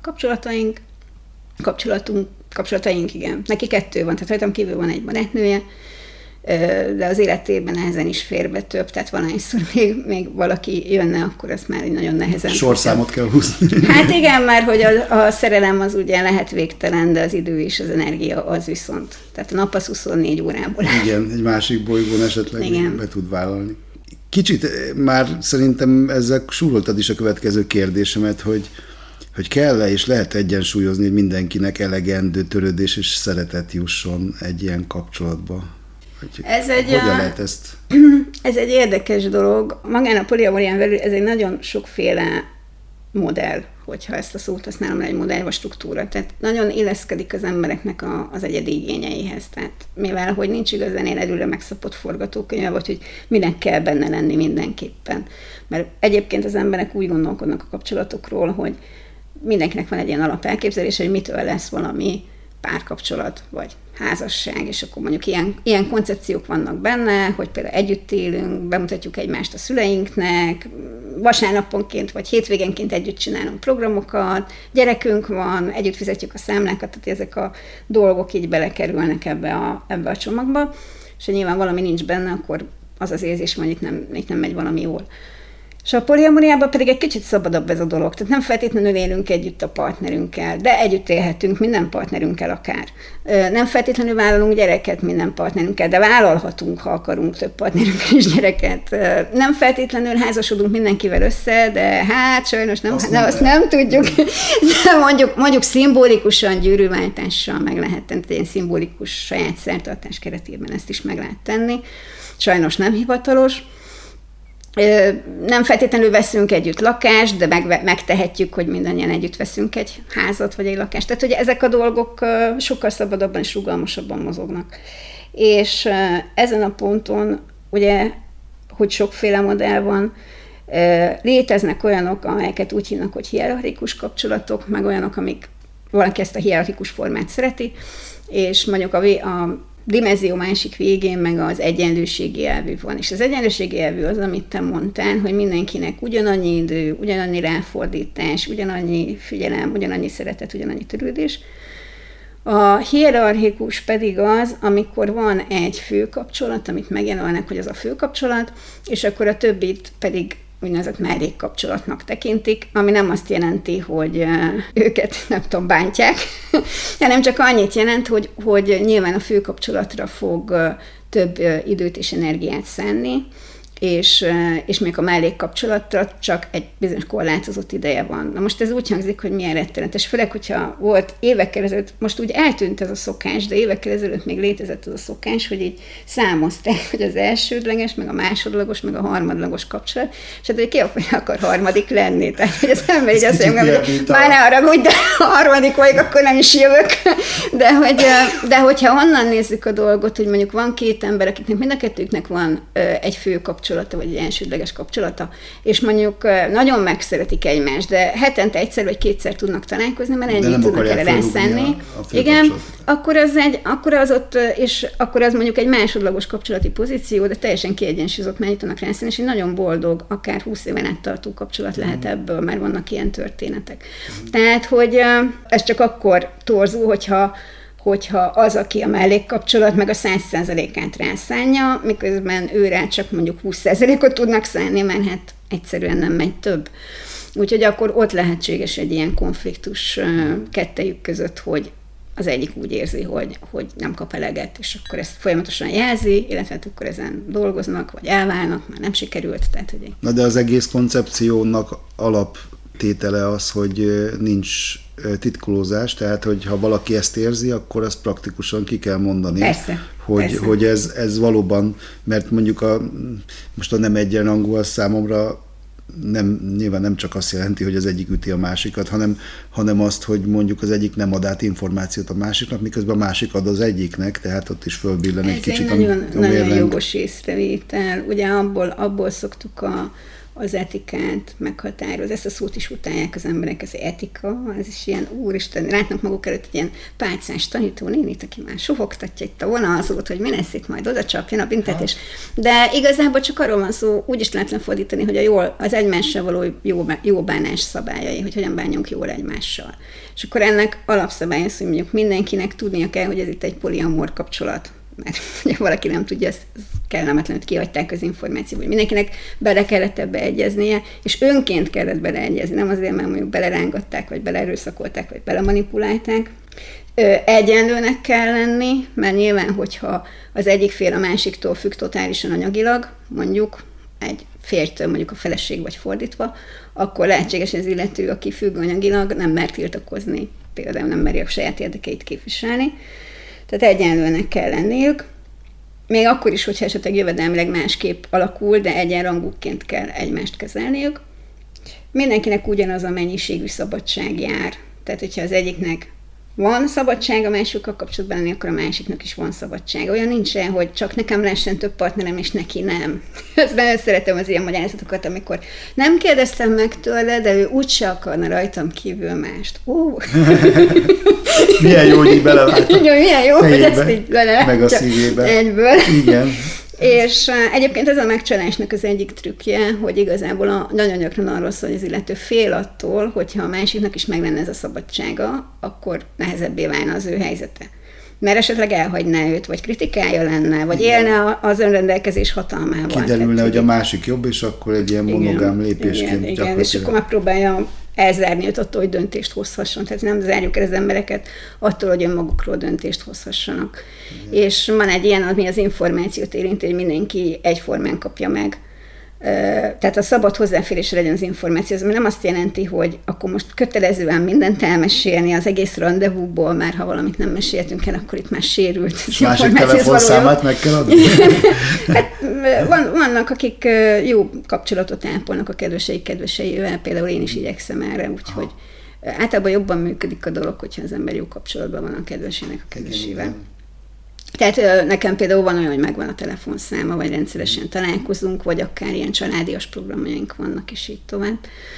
kapcsolataink, igen. Neki 2 van, tehát rajtam kívül van egy barátnője, de az életében ezen is férbe több, tehát valahányszor még valaki jönne, akkor azt már nagyon nehezen. Sorszámot kell húzni. Hát igen, mert hogy a szerelem az ugye lehet végtelen, de az idő és az energia az viszont. Tehát a nap az 24 órából. Igen, egy másik bolygón esetleg be tud vállalni. Kicsit már szerintem ezzel súroltad is a következő kérdésemet, hogy kell-e és lehet egyensúlyozni, hogy mindenkinek elegendő törődés és szeretet jusson egy ilyen kapcsolatba? Hogyan lehet ezt? Ez egy érdekes dolog. Magán a poliamórián belül ez egy nagyon sokféle modell, hogyha ezt a szót használom, egy modell vagy struktúra. Tehát nagyon illeszkedik az embereknek az egyedi igényeihez. Tehát mivel, hogy nincs igazán én előre megszabott forgatókönyve, vagy hogy minek kell benne lenni mindenképpen. Mert egyébként az emberek úgy gondolkodnak a kapcsolatokról, hogy mindenkinek van egy ilyen alapelképzelése, hogy mitől lesz valami párkapcsolat, vagy házasság, és akkor mondjuk ilyen koncepciók vannak benne, hogy például együtt élünk, bemutatjuk egymást a szüleinknek, vasárnaponként vagy hétvégenként együtt csinálunk programokat, gyerekünk van, együtt fizetjük a számlákat, tehát ezek a dolgok így belekerülnek ebbe a csomagba, és ha nyilván valami nincs benne, akkor az az érzés, hogy itt nem megy valami jól. És a poliamóriában pedig egy kicsit szabadabb ez a dolog. Tehát nem feltétlenül élünk együtt a partnerünkkel, de együtt élhetünk minden partnerünkkel akár. Nem feltétlenül vállalunk gyereket minden partnerünkkel, de vállalhatunk, ha akarunk több partnerünkkel is gyereket. Nem feltétlenül házasodunk mindenkivel össze, de hát sajnos azt nem tudjuk. De mondjuk szimbolikusan gyűrűváltással meg lehet tenni, ilyen szimbolikus saját szertartás keretében ezt is meg lehet tenni. Sajnos nem hivatalos. Nem feltétlenül veszünk együtt lakást, de megtehetjük, hogy mindannyian együtt veszünk egy házat vagy egy lakást. Tehát, hogy ezek a dolgok sokkal szabadabban és rugalmasabban mozognak. És ezen a ponton, ugye, hogy sokféle modell van, léteznek olyanok, amelyeket úgy hívnak, hogy hierarchikus kapcsolatok, meg olyanok, amik valaki ezt a hierarchikus formát szereti, és mondjuk a dimenzió másik végén meg az egyenlőségi elvű van. És az egyenlőségi elvű az, amit te mondtál, hogy mindenkinek ugyanannyi idő, ugyanannyi ráfordítás, ugyanannyi figyelem, ugyanannyi szeretet, ugyanannyi törődés. A hierarchikus pedig az, amikor van egy fő kapcsolat, amit megjelölnek, hogy az a fő kapcsolat, és akkor a többit pedig úgynevezett mellékkapcsolatnak tekintik, ami nem azt jelenti, hogy őket, nem tudom, bántják, hanem csak annyit jelent, hogy nyilván a fő kapcsolatra fog több időt és energiát szánni, és még a mellékkapcsolatra csak egy bizonyos korlátozott ideje van. Na most ez úgy hangzik, hogy milyen rettenetes, főleg, hogyha volt évekkel ezelőtt, most úgy eltűnt ez a szokás, de évekkel ezelőtt még létezett az a szokás, hogy így számozták, hogy az elsődleges, meg a másodlagos, meg a harmadlagos kapcsolat, és hát, hogy ki akar harmadik lenni. Tehát, hogy az ember így azt mondja, hogy már ne haragudj, de ha harmadik vagyok, akkor nem is jövök. De hogyha onnan nézzük a dolgot, hogy mondjuk van két ember, akiknek mind a kettőknek van egy fő kapcsolata, vagy egy elsődleges kapcsolata, és mondjuk nagyon megszeretik egymást, de hetente egyszer vagy kétszer tudnak találkozni, mert ennyit tudnak erre rászánni. Igen, akkor az mondjuk egy másodlagos kapcsolati pozíció, de teljesen kiegyensúlyozott, mert tudnak rászánni, és egy nagyon boldog, akár 20 éven át tartó kapcsolat lehet ebből, mert vannak ilyen történetek. Tehát, hogy ez csak akkor torzul, hogyha hogyha az, aki a mellékkapcsolat, meg a 100%-át rászánja, miközben ő rá csak mondjuk 20%-ot tudnak szánni, mert hát egyszerűen nem megy több. Úgyhogy akkor ott lehetséges egy ilyen konfliktus kettejük között, hogy az egyik úgy érzi, hogy nem kap eleget, és akkor ezt folyamatosan jelzi, illetve akkor ezen dolgoznak, vagy elválnak, már nem sikerült. Tehát, hogy... Na de az egész koncepciónak alaptétele az, hogy nincs titkolózás, tehát hogy ha valaki ezt érzi, akkor azt praktikusan ki kell mondani. Persze. Hogy ez valóban, mert mondjuk most a nem egyenrangú az számomra nyilván nem csak azt jelenti, hogy az egyik üti a másikat, hanem azt, hogy mondjuk az egyik nem ad át információt a másiknak, miközben a másik ad az egyiknek, tehát ott is fölbillen egy kicsit a nagyon jogos észrevétel. Ugye abból szoktuk az etikát meghatározni. Ezt a szót is utálják az emberek, ez etika, ez is ilyen úristen, látnak maguk előtt egy ilyen pálcás tanítónénit, aki már suhogtatja itt a vonalzót, hogy mi lesz itt, majd oda csapjon a büntetés. De igazából csak arról van szó, úgy is lehetne fordítani, hogy az egymással való jó bánás szabályai, hogy hogyan bánjunk jól egymással. És akkor ennek alapszabály az, hogy mondjuk mindenkinek tudnia kell, hogy ez itt egy poliamor kapcsolat. Mert ugye valaki nem tudja, ez kellemetlen, hogy kihagyták az információt, hogy mindenkinek bele kellett ebbe egyeznie, és önként kellett beleegyezni, nem azért, mert mondjuk belerángatták, vagy beleerőszakolták, vagy belemanipulálták. Egyenlőnek kell lenni, mert nyilván, hogyha az egyik fél a másiktól függ totálisan anyagilag, mondjuk egy férjtől, mondjuk a feleség vagy fordítva, akkor lehetséges, hogy az illető, aki függ anyagilag, nem mer tiltakozni, például nem meri a saját érdekeit képviselni. Tehát egyenlőnek kell lenniük, még akkor is, hogyha esetleg jövedelmileg másképp alakul, de egyenrangúként kell egymást kezelniük. Mindenkinek ugyanaz a mennyiségű szabadság jár. Tehát, hogyha az egyiknek van szabadság a másikkal kapcsolatban lenni, akkor a másiknak is van szabadság. Olyan nincsen, hogy csak nekem lehessen több partnerem, és neki nem. Ezt nagyon szeretem az ilyen magyarázatokat, amikor nem kérdeztem meg tőle, de ő úgyse akarna rajtam kívül mást. Milyen jó, hogy így belevált. Milyen jó, hogy ezt így meg a szívébe. Egyből. Igen. És egyébként ez a megcsalásnak az egyik trükkje, hogy igazából nagyon gyakran arról szól, hogy az illető fél attól, hogyha a másiknak is meg lenne ez a szabadsága, akkor nehezebbé válna az ő helyzete. Mert esetleg elhagyná őt, vagy kritikája lenne, vagy élne az önrendelkezés hatalmával. Kiderülne, hogy a másik jobb, és akkor egy ilyen monogám lépésként igen, és akkor megpróbálja elzárni őt attól, hogy döntést hozhasson. Tehát nem zárjuk el az embereket attól, hogy önmagukról döntést hozhassanak. Igen. És van egy ilyen, ami az információt érinti, hogy mindenki egyformán kapja meg. Tehát a szabad hozzáférésre legyen az információ, ami nem azt jelenti, hogy akkor most kötelezően mindent elmesélni az egész rendezvúból, már ha valamit nem meséltünk el, akkor itt már sérült. És másik telefonszámát meg kell adni? Hát, vannak, akik jó kapcsolatot ápolnak a kedveseivel, például én is igyekszem erre, úgyhogy általában jobban működik a dolog, hogyha az ember jó kapcsolatban van a kedvesének a kedvesével. Igen. Tehát nekem például van olyan, hogy megvan a telefonszáma, vagy rendszeresen találkozunk, vagy akár ilyen családias programjaink vannak, és így tovább.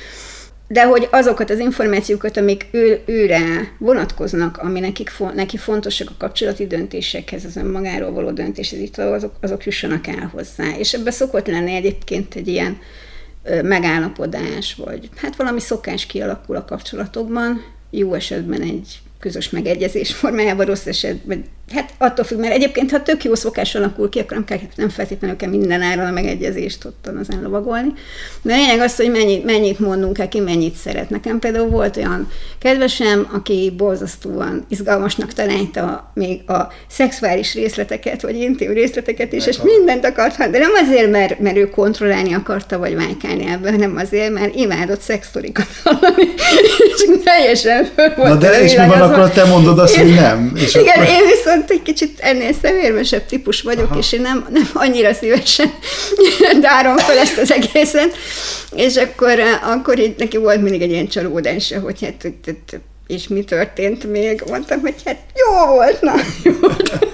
De hogy azokat az információkat, amik őre vonatkoznak, ami neki fontosak a kapcsolati döntésekhez, az önmagáról való döntéshez, azok jussanak el hozzá. És ebben szokott lenni egyébként egy ilyen megállapodás, vagy hát valami szokás kialakul a kapcsolatokban, jó esetben egy közös megegyezés formájában, rossz esetben, hát attól függ, mert egyébként, ha tök jó szokás alakul ki, akkor nem feltétlenül kell minden áron a megegyezést ottan az ellovagolni. De a lényeg az, hogy mennyit mondunk el, ki mennyit szeret. Nekem például volt olyan kedvesem, aki borzasztóan izgalmasnak találta még a szexuális részleteket, vagy intim részleteket is, és mindent akart, de nem azért, mert ő kontrollálni akarta, vagy vájkálni ebből, nem azért, mert imádott szexsztorikat hallani, és teljesen föl volt. Na de és mi van, akkor te mondod azt, hogy nem? És igen, akkor... én viszont egy kicsit ennél szemérmesebb típus vagyok, aha, és én nem annyira szívesen dárom fel ezt az egészet, és akkor így neki volt mindig egy ilyen csalódása, hogy hát, és mi történt még? Mondtam, hogy hát jó volt, na, jó volt.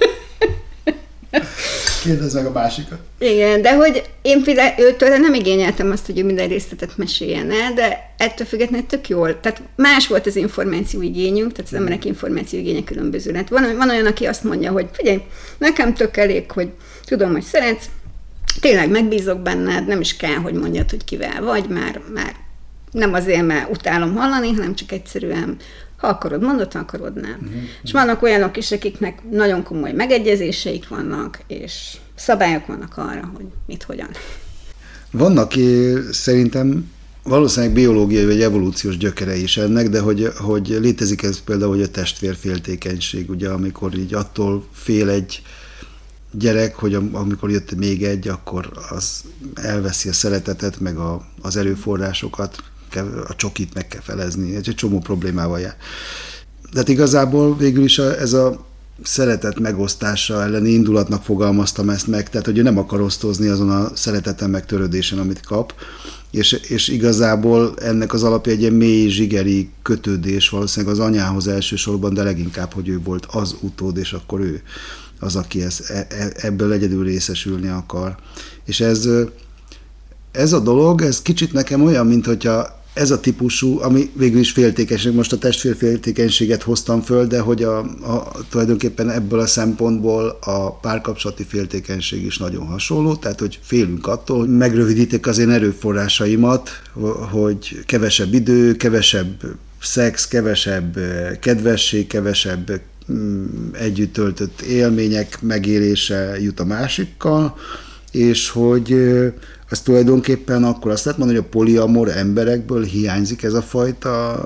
Kérdezz meg a másikat. Igen, de hogy én például őtől nem igényeltem azt, hogy ő minden részletet meséljen el, de ettől függetlenül tök jól. Tehát más volt az információigényünk, tehát az emberek információigénye különböző lett. Van olyan, aki azt mondja, hogy figyelj, nekem tök elég, hogy tudom, hogy szeretsz, tényleg megbízok benned, nem is kell, hogy mondjad, hogy kivel vagy, már nem azért, mert utálom hallani, hanem csak egyszerűen Ha akarod, mondod, ha akarod, nem. És vannak olyanok is, akiknek nagyon komoly megegyezéseik vannak, és szabályok vannak arra, hogy mit, hogyan. Vannak szerintem valószínűleg biológiai vagy evolúciós gyökere is ennek, de hogy létezik ez például, hogy a testvérféltékenység, ugye, amikor így attól fél egy gyerek, hogy amikor jött még egy, akkor az elveszi a szeretetet, meg az erőforrásokat, a csokit meg kell felezni, egy csomó problémával jár. De igazából végül is ez a szeretet megosztása elleni indulatnak fogalmaztam ezt meg, tehát hogy ő nem akar osztozni azon a szereteten meg törődésen, amit kap, és igazából ennek az alapja egy ilyen mély zsigeri kötődés valószínűleg az anyához elsősorban, de leginkább, hogy ő volt az utód, és akkor ő az, aki ebből egyedül részesülni akar. És ez a dolog, ez kicsit nekem olyan, mint hogyha ez a típusú, ami végül is féltékenység, most a testvérféltékenységet hoztam föl, de hogy tulajdonképpen ebből a szempontból a párkapcsolati féltékenység is nagyon hasonló, tehát hogy félünk attól, hogy megrövidítik az én erőforrásaimat, hogy kevesebb idő, kevesebb szex, kevesebb kedvesség, kevesebb együtt töltött élmények megélése jut a másikkal, és hogy az tulajdonképpen akkor azt lehet mondani, hogy a poliamor emberekből hiányzik ez a fajta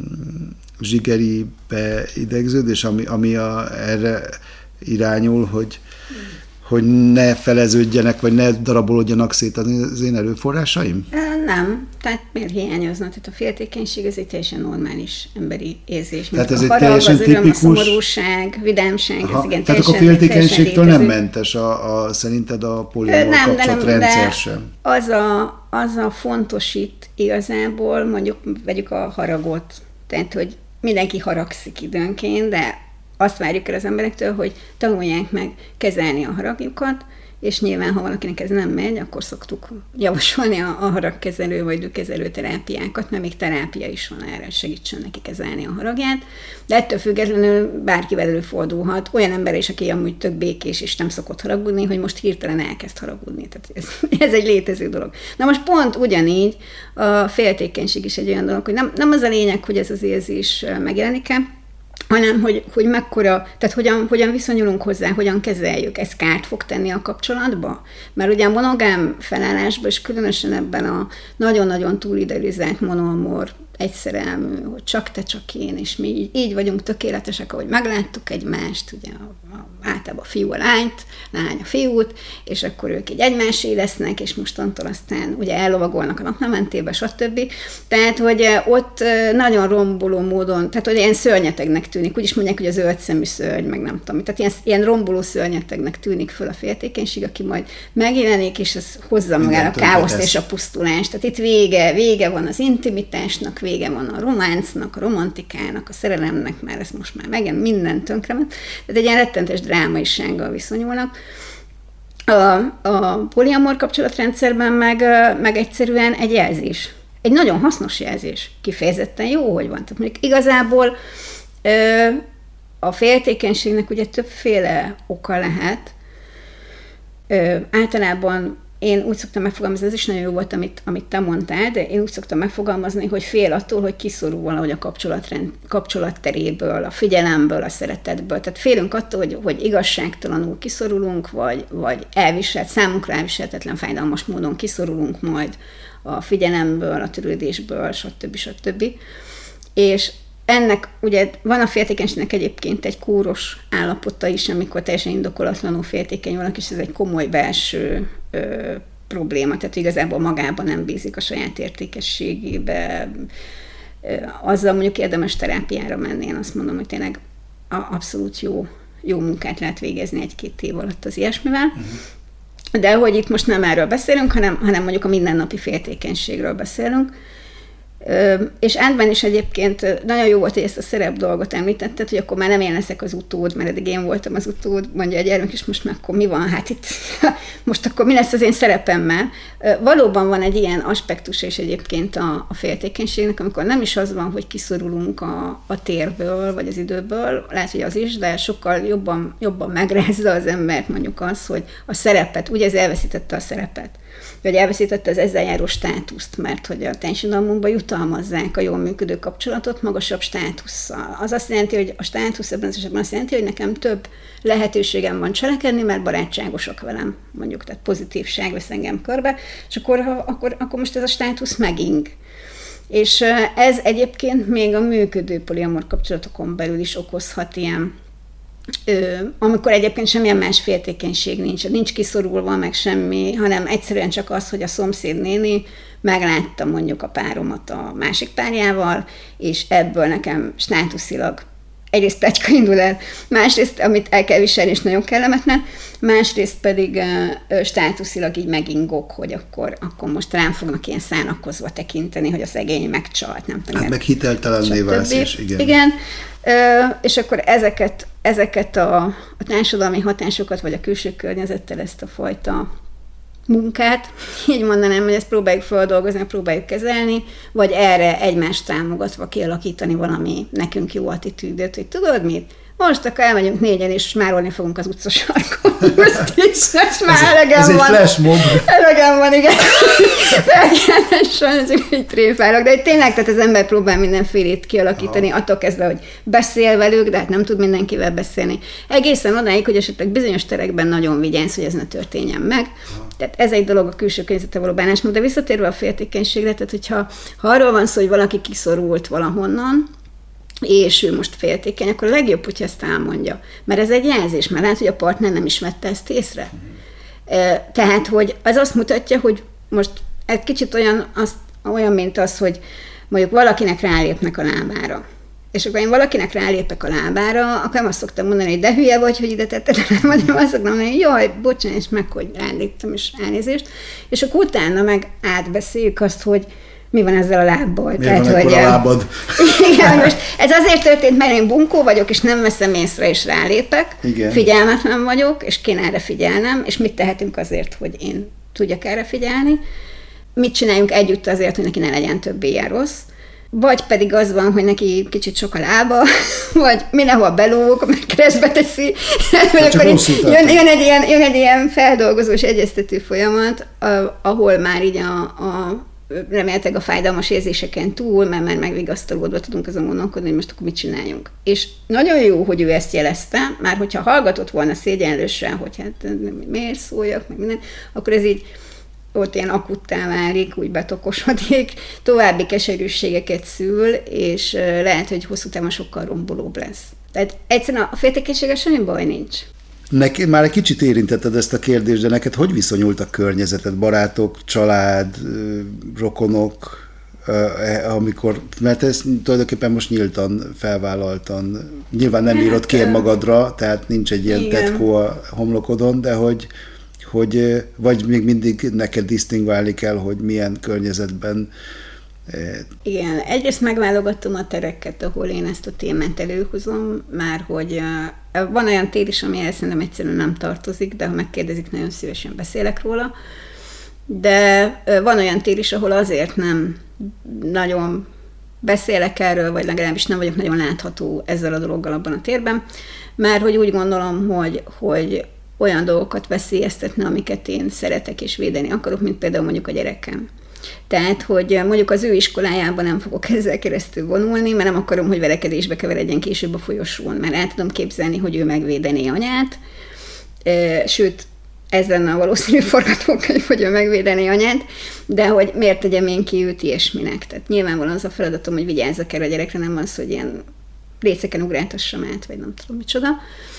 zsigeri beidegződés, ami erre irányul, hogy ne feleződjenek, vagy ne darabolódjanak szét az én erőforrásaim? Nem. Tehát miért hiányozna? Tehát a féltékenység ez egy teljesen normális emberi érzés. Tehát ez a harag, az öröm, tipikus... a szomorúság, vidámság, ez igen, tehát akkor a féltékenységtől nem mentes szerinted a poliamor kapcsolatrendszer sem? Az a fontos itt igazából, mondjuk vegyük a haragot, tehát hogy mindenki haragszik időnként, de azt várjuk el az emberektől, hogy tanulják meg kezelni a haragjukat, és nyilván, ha valakinek ez nem megy, akkor szoktuk javasolni a haragkezelő vagy dühkezelő terápiákat, mert még terápia is van erre, segítsen neki kezelni a haragját. De ettől függetlenül bárkivel előfordulhat, olyan ember is, aki amúgy tök békés és nem szokott haragudni, hogy most hirtelen elkezd haragudni. Tehát ez egy létező dolog. Na most pont ugyanígy a féltékenység is egy olyan dolog, hogy nem az a lényeg, hogy ez az érzés megjelenik-e, hanem hogy mekkora, tehát hogyan viszonyulunk hozzá, hogyan kezeljük, ez kárt fog tenni a kapcsolatba? Mert ugye a monogám felállásban, és különösen ebben a nagyon-nagyon túlidealizált monoamor egyszerelmű, hogy csak te, csak én, és mi így vagyunk tökéletesek, ahogy megláttuk egymást, ugye általában a fiú a lányt, lány a fiút, és akkor ők így egymásé lesznek, és mostantól aztán ugye ellovagolnak a naplementébe, stb. Tehát, hogy ott nagyon romboló módon, tehát, hogy ilyen szörnyetegnek tűnik, úgyis mondják, hogy a zöld szemű szörny, meg nem tudom, tehát ilyen romboló szörnyetegnek tűnik föl a féltékenység, aki majd megjelenik, és ez hozza magára a káoszt és a pusztulást. Tehát itt vége van az intimitásnak, vége van a románcnak, a romantikának, a szerelemnek, már ez most már megint minden tönkrement. Tehát egy ilyen rettentes drámaisággal viszonyulnak. A poliamor kapcsolatrendszerben meg egyszerűen egy jelzés. Egy nagyon hasznos jelzés. Kifejezetten jó, hogy van. Tehát mondjuk igazából a féltékenységnek ugye többféle oka lehet. Általában én úgy szoktam megfogalmazni, ez is nagyon jó volt, amit te mondtál, de én úgy szoktam megfogalmazni, hogy fél attól, hogy kiszorul valahogy a kapcsolatteréből, a figyelemből, a szeretetből. Tehát félünk attól, hogy igazságtalanul kiszorulunk, vagy számunkra elviselhetetlen fájdalmas módon kiszorulunk majd a figyelemből, a törődésből, stb. És ennek ugye van a féltékenységnek egyébként egy kóros állapota is, amikor teljesen indokolatlanul féltékeny valaki, és ez egy komoly belső probléma, tehát igazából magában nem bízik a saját értékességébe. Azzal mondjuk érdemes terápiára menni, én azt mondom, hogy tényleg abszolút jó munkát lehet végezni 1-2 év alatt az ilyesmivel. De hogy itt most nem erről beszélünk, hanem mondjuk a mindennapi féltékenységről beszélünk. És Endben is egyébként nagyon jó volt, hogy ezt a szerep dolgot említetted, hogy akkor már nem én leszek az utód, mert eddig én voltam az utód, mondja a gyermek, és most már akkor mi van? Hát itt most akkor mi lesz az én szerepemmel? Valóban van egy ilyen aspektus és egyébként a féltékenységnek, amikor nem is az van, hogy kiszorulunk a térből, vagy az időből, lehet, hogy az is, de sokkal jobban megrázza az embert mondjuk az, hogy a szerepet, ugye ez elveszítette a szerepet, vagy elveszítette az ezzel járó státuszt, mert hogy a társadalmunkban jut jutalmazzák a jól működő kapcsolatot magasabb státusszal. Az azt jelenti, hogy a státusz ebben az esetben azt jelenti, hogy nekem több lehetőségem van cselekedni, mert barátságosak velem, mondjuk, tehát pozitívság vesz engem körbe, és akkor most ez a státusz meging. És ez egyébként még a működő poliamor kapcsolatokon belül is okozhat ilyen, amikor egyébként semmilyen más féltékenység nincs kiszorulva, meg semmi, hanem egyszerűen csak az, hogy a szomszéd néni meglátta mondjuk a páromat a másik párjával, és ebből nekem státuszilag egyrészt pletyka indul el, másrészt, amit el kell viselni, és nagyon kellemetlen, másrészt pedig státuszilag így megingok, hogy akkor most rám fognak ilyen szánakozva tekinteni, hogy a szegény megcsalt, nem tudom. Hát meg hiteltelenné válsz is, igen. Igen, és akkor ezeket a társadalmi hatásokat, vagy a külső környezettel ezt a fajta munkát, így mondanám, hogy ezt próbáljuk feldolgozni, próbáljuk kezelni, vagy erre egymást támogatva kialakítani valami nekünk jó attitűdöt, hogy tudod mit? Most akkor elmegyünk 4-en, és márolni fogunk az utcasarkon. Most is, már elegem van. Ez egy flashmob. Elegem van, igen. Felkelmesen, ezek így tréfálok. De tényleg, tehát az ember próbál mindenfélét kialakítani, attól kezdve, hogy beszél velük, de hát nem tud mindenkivel beszélni. Egészen odáig, hogy esetleg bizonyos terekben nagyon vigyáz, hogy ez ne történjen meg. Tehát ez egy dolog a külső környezettel való bánásmód, de visszatérve a féltékenységre, tehát hogyha arról van szó, hogy valaki kiszorult valahonnan, és ő most féltékeny, akkor a legjobb, hogyha ezt elmondja. Mert ez egy jelzés, mert lehet, hogy a partner nem is vette ezt észre. Tehát, hogy az azt mutatja, hogy most egy kicsit olyan, mint az, hogy mondjuk valakinek rálépnek a lábára. És akkor én valakinek rálépek a lábára, akkor nem azt szoktam mondani, hogy de hülye vagy, hogy ide tetted, hanem azt szoktam mondani, hogy jaj, bocsánat, meg hogy ráléptem, és elnézést. És akkor utána meg átbeszéljük azt, hogy mi van ezzel a lábbal. Miért van ekkora lábad? Igen, most ez azért történt, mert én bunkó vagyok, és nem veszem észre, és rálépek. Igen. Figyelmetlen vagyok, és kéne erre figyelnem, és mit tehetünk azért, hogy én tudjak erre figyelni. Mit csináljunk együtt azért, hogy neki ne legyen több ilyen rossz. Vagy pedig az van, hogy neki kicsit sok a lába, vagy mindenhol belóg, meg keresztbe teszi. Akkor jön egy ilyen feldolgozós, egyeztető folyamat, ahol már így remélhetőleg a fájdalmas érzéseken túl, mert már megvigasztalódva tudunk azon gondolkodni, hogy most akkor mit csináljunk. És nagyon jó, hogy ő ezt jelezte, már hogyha hallgatott volna szégyenlősen, hogy hát miért szóljak, meg minden, akkor ez így ott ilyen akuttá válik, úgy betokosodik, további keserűségeket szül, és lehet, hogy hosszú távon sokkal rombolóbb lesz. Tehát egyszerűen a féltékenységgel semmi baj nincs. Már egy kicsit érintetted ezt a kérdést, de neked hogy viszonyult a környezeted, barátok, család, rokonok, amikor, mert ezt tulajdonképpen most nyíltan, felvállaltan, nyilván nem írod ki magadra, tehát nincs egy ilyen tetkó a homlokodon, de hogy vagy még mindig neked disztingválni kell, hogy milyen környezetben. Igen, egyrészt megválogattam a tereket, ahol én ezt a témát előhozom, már hogy van olyan tér is, amihez szerintem egyszerűen nem tartozik, de ha megkérdezik, nagyon szívesen beszélek róla. De van olyan tér is, ahol azért nem nagyon beszélek erről, vagy legalábbis nem vagyok nagyon látható ezzel a dologgal abban a térben, mert hogy úgy gondolom, hogy olyan dolgokat veszélyeztetne, amiket én szeretek és védeni akarok, mint például mondjuk a gyerekem. Tehát, hogy mondjuk az ő iskolájában nem fogok ezzel keresztül vonulni, mert nem akarom, hogy verekedésbe keveredjen később a folyosón, mert el tudom képzelni, hogy ő megvédené anyát, sőt, ez lenne a valószínű forgatókönyv, hogy ő megvédené anyát, de hogy miért tegyem én ki őt ilyesminek. Tehát nyilvánvalóan az a feladatom, hogy vigyázzak erre a gyerekre, nem az, hogy ilyen részeken ugráltassam át, vagy nem tudom micsoda.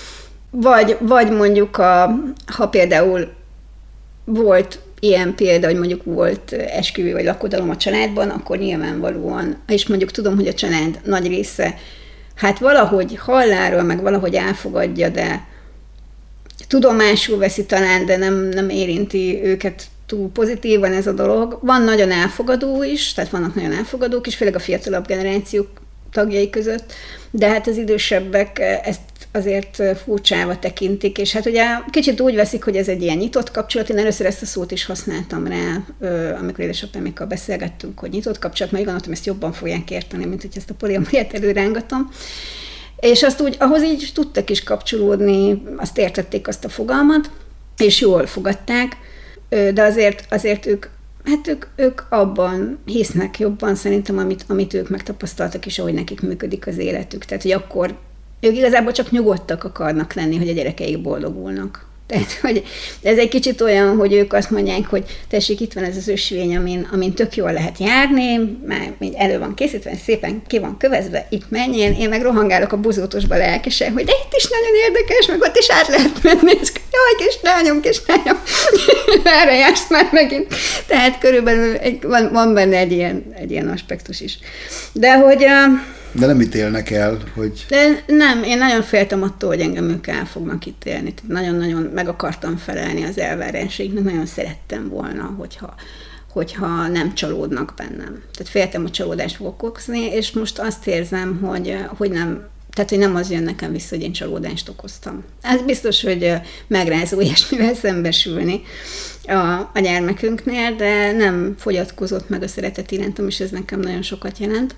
Vagy mondjuk, ha például volt ilyen példa, hogy mondjuk volt esküvő vagy lakodalom a családban, akkor nyilvánvalóan, és mondjuk tudom, hogy a család nagy része, hát valahogy halláról, meg valahogy elfogadja, de tudomásul veszi talán, de nem érinti őket túl pozitívan ez a dolog. Van nagyon elfogadó is, tehát vannak nagyon elfogadók is, főleg a fiatalabb generációk tagjai között, de hát az idősebbek ezt azért furcsáva tekintik, és hát ugye kicsit úgy veszik, hogy ez egy ilyen nyitott kapcsolat. Én először ezt a szót is használtam rá, amikor édesapámékkal beszélgettünk, hogy nyitott kapcsolat, mert gondoltam, ezt jobban fogják érteni, mint hogy ezt a poliamoriát előrángatom. És ahhoz így tudtak is kapcsolódni, azt értették azt a fogalmat, és jól fogadták, de azért ők Hát ők abban hisznek jobban szerintem, amit ők megtapasztaltak, és ahogy nekik működik az életük. Tehát, hogy akkor ők igazából csak nyugodtak akarnak lenni, hogy a gyerekeik boldogulnak. Tehát, hogy ez egy kicsit olyan, hogy ők azt mondják, hogy tessék, itt van ez az ösvény, amin tök jól lehet járni, már így elő van készítve, szépen ki van kövezve, itt menjél, én meg rohangálok a buzótosba lelkesen, hogy de itt is nagyon érdekes, meg ott is át lehet menni, és jaj, kislányom, erre jársz már megint. Tehát körülbelül van benne egy ilyen aspektus is. De nem ítélnek el, hogy... De nem, én nagyon féltem attól, hogy engem ők el fognak ítélni. Nagyon-nagyon meg akartam felelni az elvárásaiknak, nagyon szerettem volna, hogyha nem csalódnak bennem. Tehát féltem, hogy csalódást fogok okozni, és most azt érzem, hogy nem az jön nekem vissza, hogy én csalódást okoztam. Ez biztos, hogy megrázó ilyesmivel szembesülni a gyermekünknél, de nem fogyatkozott meg a szeretet irántom, és ez nekem nagyon sokat jelent.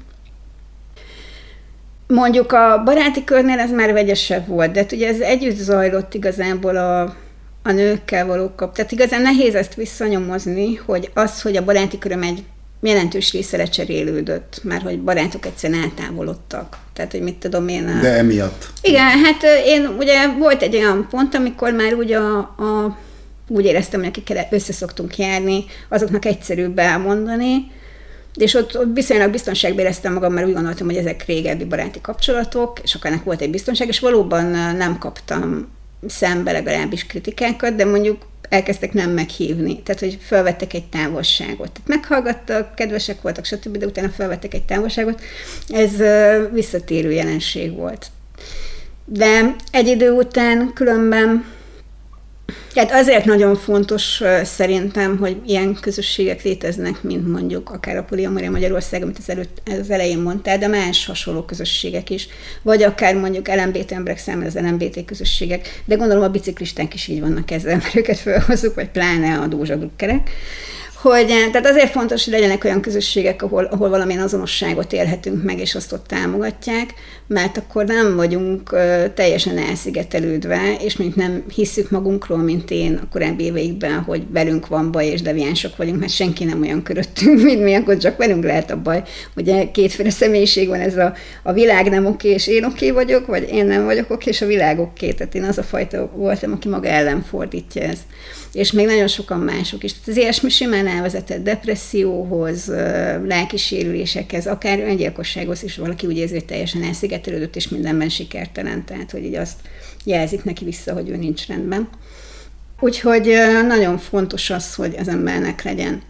Mondjuk a baráti körnél ez már vegyesebb volt, de ugye ez együtt zajlott igazából a nőkkel való tehát igazán nehéz ezt visszanyomozni, hogy a baráti köröm egy jelentős része lecserélődött, mert hogy barátok egyszerűen eltávolodtak. Tehát, hogy mit tudom én... De emiatt. Igen, hát én ugye volt egy olyan pont, amikor már úgy éreztem, hogy akikkel összeszoktunk járni, azoknak egyszerűbb elmondani, és ott viszonylag biztonságban éreztem magam, mert úgy gondoltam, hogy ezek régebbi baráti kapcsolatok, és akkor ennek volt egy biztonság, és valóban nem kaptam szembe legalábbis kritikákat, de mondjuk elkezdtek nem meghívni, tehát hogy felvettek egy távolságot. Tehát meghallgattak, kedvesek voltak, stb., de utána felvettek egy távolságot. Ez visszatérő jelenség volt. De egy idő után különben, tehát azért nagyon fontos szerintem, hogy ilyen közösségek léteznek, mint mondjuk akár a Poliamoria Magyarország, amit az elején mondtál, de más hasonló közösségek is, vagy akár mondjuk LMBT emberek számára az LMBT közösségek, de gondolom a biciklisták is így vannak ezzel, mert őket felhozzuk, vagy pláne a dózsadrukkerek. Tehát azért fontos, hogy legyenek olyan közösségek, ahol valamilyen azonosságot élhetünk meg, és azt ott támogatják, mert akkor nem vagyunk teljesen elszigetelődve, és mint nem hisszük magunkról, mint én a korábbi éveikben, hogy velünk van baj, és deviánsok vagyunk, mert senki nem olyan körülöttünk, mint mi, akkor csak velünk lehet a baj. Ugye kétféle személyiség van, ez a világ nem oké, és én oké vagyok, vagy én nem vagyok oké, és a világ oké. Tehát én az a fajta voltam, aki maga ellen fordítja ezt. És még nagyon sokan mások is. Tehát az ilyesmi simán elvezetett depresszióhoz, lelkisérülésekhez, akár öngyilkossághoz is valaki úgy érzi, hogy teljesen elszigetelődött, és mindenben sikertelen, tehát hogy így azt jelzik neki vissza, hogy ő nincs rendben. Úgyhogy nagyon fontos az, hogy az embernek legyen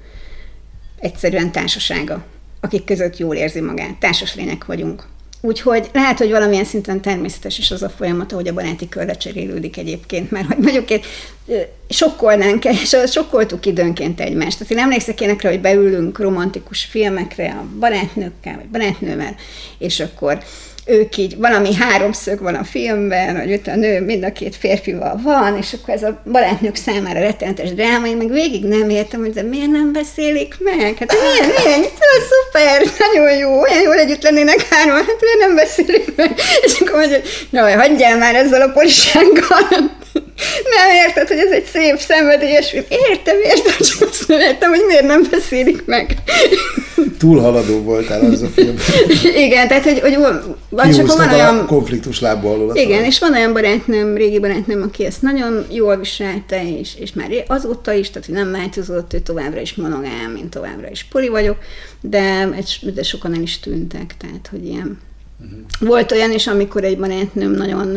egyszerűen társasága, akik között jól érzi magát. Társas lények vagyunk. Úgyhogy lehet, hogy valamilyen szinten természetes is az a folyamat, ahogy a baráti kör lecserélődik egyébként, mert hogy mondjuk én sokkolnánk, és sokkoltuk időnként egymást. Tehát én emlékszek énekre, hogy beülünk romantikus filmekre a barátnőkkel, vagy barátnővel, és akkor ők így, valami háromszög van a filmben, hogy ott a nő mind a két férfival van, és akkor ez a barátnők számára rettenetes dráma, én meg végig nem értem, hogy de miért nem beszélik meg? Hát milyen, szuper, nagyon jó, olyan jól együtt lennének hárman, hát miért nem beszélik meg? És akkor mondja, hogy hagyjál már ezzel a polisággal. Nem érted, hogy ez egy szép szenvedélyes film. Értem, csak azt nem értem, hogy miért nem beszélik meg. Túlhaladó voltál az a film. Igen, tehát, hogy csak van olyan... konfliktus lábba alól. Igen, és van olyan barátnőm, régi barátnőm, aki ezt nagyon jól viselte, és már azóta is, tehát hogy nem változott, ő továbbra is monogám, én továbbra is poli vagyok, de sokan el is tűntek, tehát, hogy ilyen... Volt olyan is, amikor egy barátnőm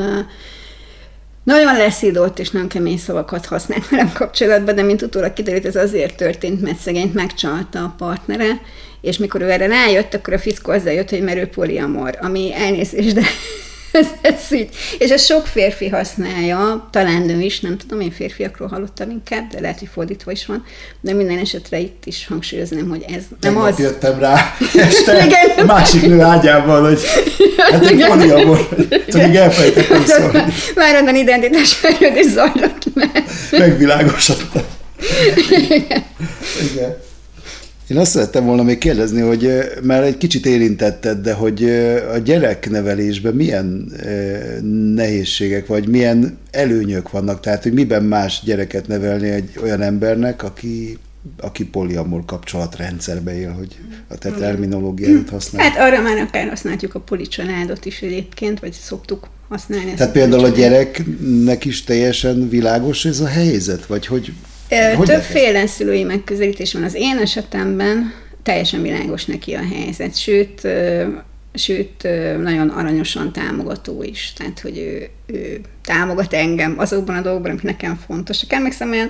nagyon leszídott és nagyon kemény szavakat használt velem kapcsolatban, de mint utólag kiderült, ez azért történt, mert szegényt megcsalta a partnere, és mikor ő erre rájött, akkor a fickó azzal jött, hogy mert ő poliamor, ami elnézést, de ez így. És ezt sok férfi használja, talán nő is, nem tudom, én férfiakról hallottam inkább, de lehet, hogy fordítva is van, de minden esetre itt is hangsúlyoznám, hogy ez nem az. Jöttem rá este a másik nő ágyában, hogy hát egy poliamor, csak elfelejtettem szólni. Már onnan identitásfejlődés zajlott meg. Megvilágosodtam. Igen. Én azt szerettem volna még kérdezni, hogy már egy kicsit érintetted, de hogy a gyereknevelésben milyen nehézségek, vagy milyen előnyök vannak, tehát hogy miben más gyereket nevelni egy olyan embernek, aki aki poliamor kapcsolatrendszerbe él, hogy a te terminológiát használjuk. Hát arra már akár használjuk a policsaládot is egyébként, vagy szoktuk használni. Tehát például a gyereknek is teljesen világos ez a helyzet? Vagy hogy többféle szülői megközelítés van. Az én esetemben teljesen világos neki a helyzet, sőt nagyon aranyosan támogató is. Tehát, hogy ő támogat engem azokban a dolgokban, amik nekem fontosak. Emlékszem, olyan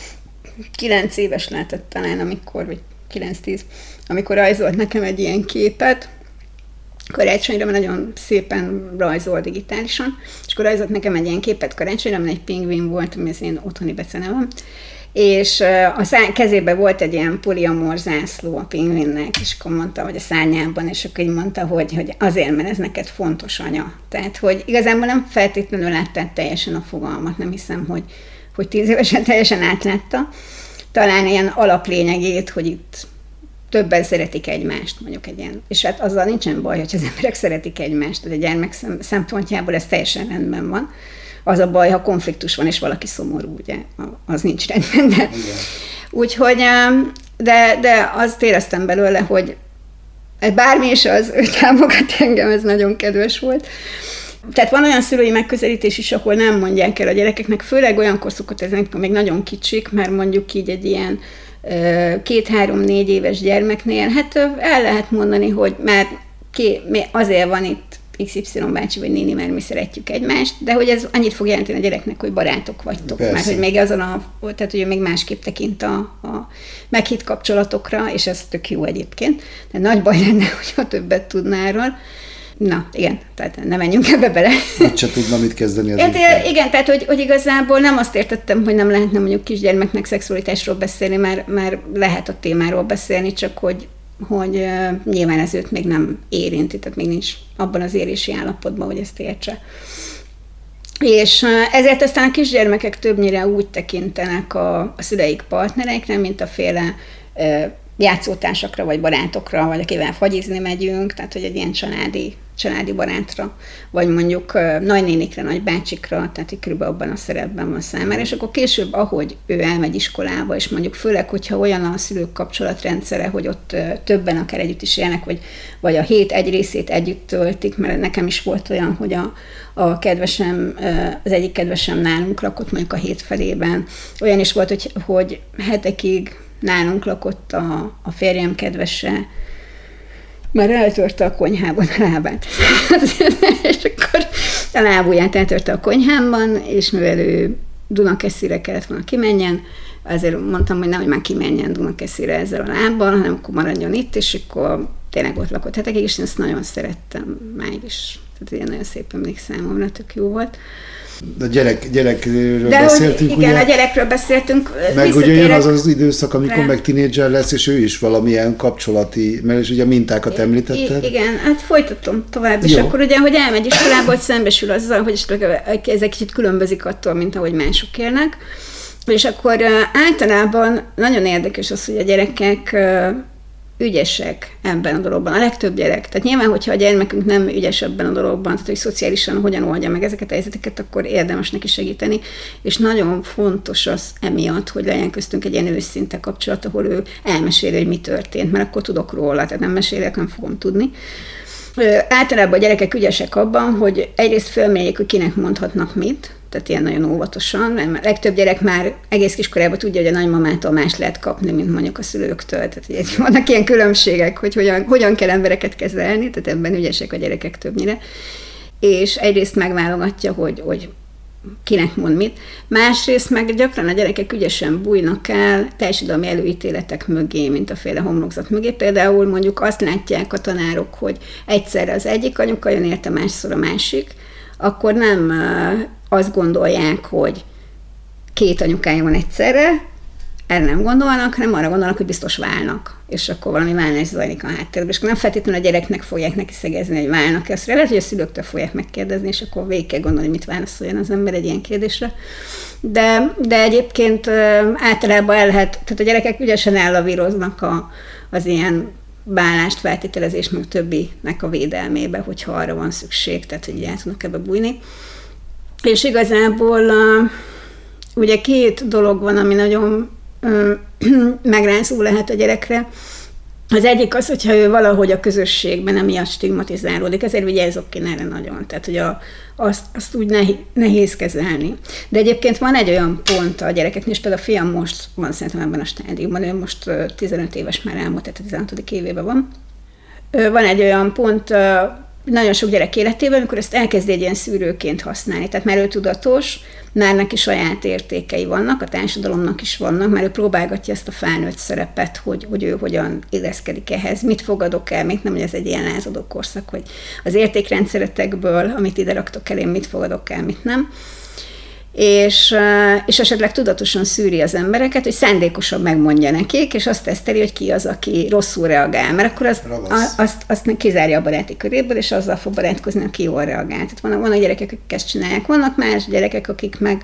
9 éves lehetett talán, vagy 9-10, amikor rajzolt nekem egy ilyen képet, karácsonyra, mert nagyon szépen rajzol digitálisan, és akkor rajzolt nekem egy ilyen képet karácsonyra, mert egy pingvin volt, ami az én otthoni becenevem, és a kezében volt egy ilyen poliamor zászló a pingvinnek, és akkor mondta, hogy a szárnyában, és akkor így mondta, hogy azért, mert ez neked fontos, anya. Tehát, hogy igazából nem feltétlenül láttál teljesen a fogalmat, nem hiszem, hogy 10 évesen teljesen átlátta. Talán ilyen alaplényegét, hogy itt többen szeretik egymást, mondjuk egy ilyen. És hát azzal nincsen baj, hogy az emberek szeretik egymást, tehát a gyermek szempontjából ez teljesen rendben van. Az a baj, ha konfliktus van, és valaki szomorú, ugye, az nincs rendben. De. Úgyhogy, de azt éreztem belőle, hogy bármi is az, ő támogat engem, ez nagyon kedves volt. Tehát van olyan szülői megközelítés is, ahol nem mondják el a gyerekeknek, főleg olyankor szokott ez, amikor még nagyon kicsik, mert mondjuk így egy ilyen 2-3-4 éves gyermeknél, hát el lehet mondani, hogy már azért van itt XY bácsi vagy néni, mert mi szeretjük egymást, de hogy ez annyit fog jelenteni a gyereknek, hogy barátok vagytok. Persze. Mert hogy még tehát hogy még másképp tekint a meghitt kapcsolatokra, és ez tök jó egyébként. De nagy baj lenne, hogyha többet tudná erről. Na, igen, tehát ne menjünk ebbe bele. Úgy se tudna mit kezdeni az igen, tehát hogy igazából nem azt értettem, hogy nem lehetne mondjuk kisgyermeknek szexualitásról beszélni, mert lehet a témáról beszélni, csak hogy nyilván ez őt még nem érinti, tehát még nincs abban az érési állapotban, hogy ezt értse. És ezért aztán a kisgyermekek többnyire úgy tekintenek a szüleik partnereikre, mint a féle játszótársakra, vagy barátokra, vagy akivel fagyizni megyünk, tehát hogy egy ilyen családi barátra, vagy mondjuk nagynénikre, nagybácsikra, tehát így körülbelül abban a szerepben van számára, és akkor később, ahogy ő elmegy iskolába, és mondjuk főleg, hogyha olyan a szülők kapcsolatrendszere, hogy ott többen akár együtt is élnek, vagy a hét egy részét együtt töltik, mert nekem is volt olyan, hogy a kedvesem, az egyik kedvesem nálunk lakott mondjuk a hét felében. Olyan is volt, hogy hetekig nálunk lakott a férjem kedvese, már eltörte a konyhában a lábát. És akkor a lábujját eltörte a konyhámban, és mivel ő Dunakeszire kellett volna kimenjen, azért mondtam, hogy nehogy már kimenjen Dunakeszire ezzel a lábbal, hanem akkor maradjon itt, és akkor tényleg ott lakott hetekig, és én ezt nagyon szerettem máig is. Tehát ilyen nagyon szép emlék számomra, tök jó volt. De gyerekről beszéltünk, igen, ugye? A gyerekről beszéltünk. Meg ugye jön az időszak, amikor meg tinédzser lesz, és ő is valamilyen kapcsolati, mert is ugye a mintákat említetted. Igen, hát folytatom tovább, és akkor ugye, hogy elmegy iskolába, hogy szembesül azzal, hogy ez egy kicsit különbözik attól, mint ahogy mások élnek. És akkor általában nagyon érdekes az, hogy a gyerekek ügyesek ebben a dologban, a legtöbb gyerek. Tehát nyilván, hogyha a gyermekünk nem ügyes ebben a dologban, tehát hogy szociálisan hogyan oldja meg ezeket a helyzeteket, akkor érdemes neki segíteni. És nagyon fontos az emiatt, hogy legyen köztünk egy ilyen őszinte kapcsolat, ahol ő elmeséli, hogy mi történt, mert akkor tudok róla, tehát nem mesélek, nem fogom tudni. Általában a gyerekek ügyesek abban, hogy egyrészt fölmérjék, hogy kinek mondhatnak mit, tehát ilyen nagyon óvatosan, mert a legtöbb gyerek már egész kiskorában tudja, hogy a nagymamától más lehet kapni, mint mondjuk a szülőktől. Tehát vannak ilyen különbségek, hogy hogyan kell embereket kezelni, tehát ebben ügyesek a gyerekek többnyire. És egyrészt megválogatja, hogy kinek mond mit. Másrészt meg gyakran a gyerekek ügyesen bújnak el társadalmi előítéletek mögé, mint a féle homlokzat mögé. Például mondjuk azt látják a tanárok, hogy egyszerre az egyik anyuka jön érte, másszor a másik, akkor nem azt gondolják, hogy két anyukája van egyszerre, erre nem gondolnak, hanem arra gondolnak, hogy biztos válnak, és akkor valami válás zajlik a háttérben. És akkor nem feltétlenül a gyereknek fogják neki szegezni, hogy válnak-e. Azt lehet, hogy a szülőktől fogják megkérdezni, és akkor végig kell gondolni, mit válaszoljon az ember egy ilyen kérdésre. De egyébként általában el lehet, tehát a gyerekek ügyesen ellavíroznak az ilyen válást, feltételezés, meg többinek a védelmébe, hogyha arra van szükség, tehát hogy el tudnak ebbe bújni. És igazából ugye két dolog van, ami nagyon megrázó lehet a gyerekre. Az egyik az, hogyha ő valahogy a közösségben emiatt stigmatizálódik, ezért vigyázzok ki erre nagyon. Tehát, hogy azt úgy nehéz kezelni. De egyébként van egy olyan pont a gyerekeknél, és például a fiam most van szerintem ebben a stádiumban, ő most 15 éves már elmúlt, tehát a 16. évében van. Van egy olyan pont nagyon sok gyerek életében, amikor ezt elkezdi egy ilyen szűrőként használni. Tehát már ő tudatos, már neki saját értékei vannak, a társadalomnak is vannak, mert ő próbálgatja ezt a felnőtt szerepet, hogy ő hogyan illeszkedik ehhez, mit fogadok el, még nem, hogy ez egy ilyen lázadó korszak, hogy az értékrendszeretekből, amit ide raktok elém, mit fogadok el, mit nem. És esetleg tudatosan szűri az embereket, hogy szándékosan megmondja nekik, és azt teszteli, hogy ki az, aki rosszul reagál, mert akkor azt kizárja a baráti köréből, és azzal fog barátkozni, aki jól reagál. Tehát vannak gyerekek, akik ezt csinálják, vannak más gyerekek, akik meg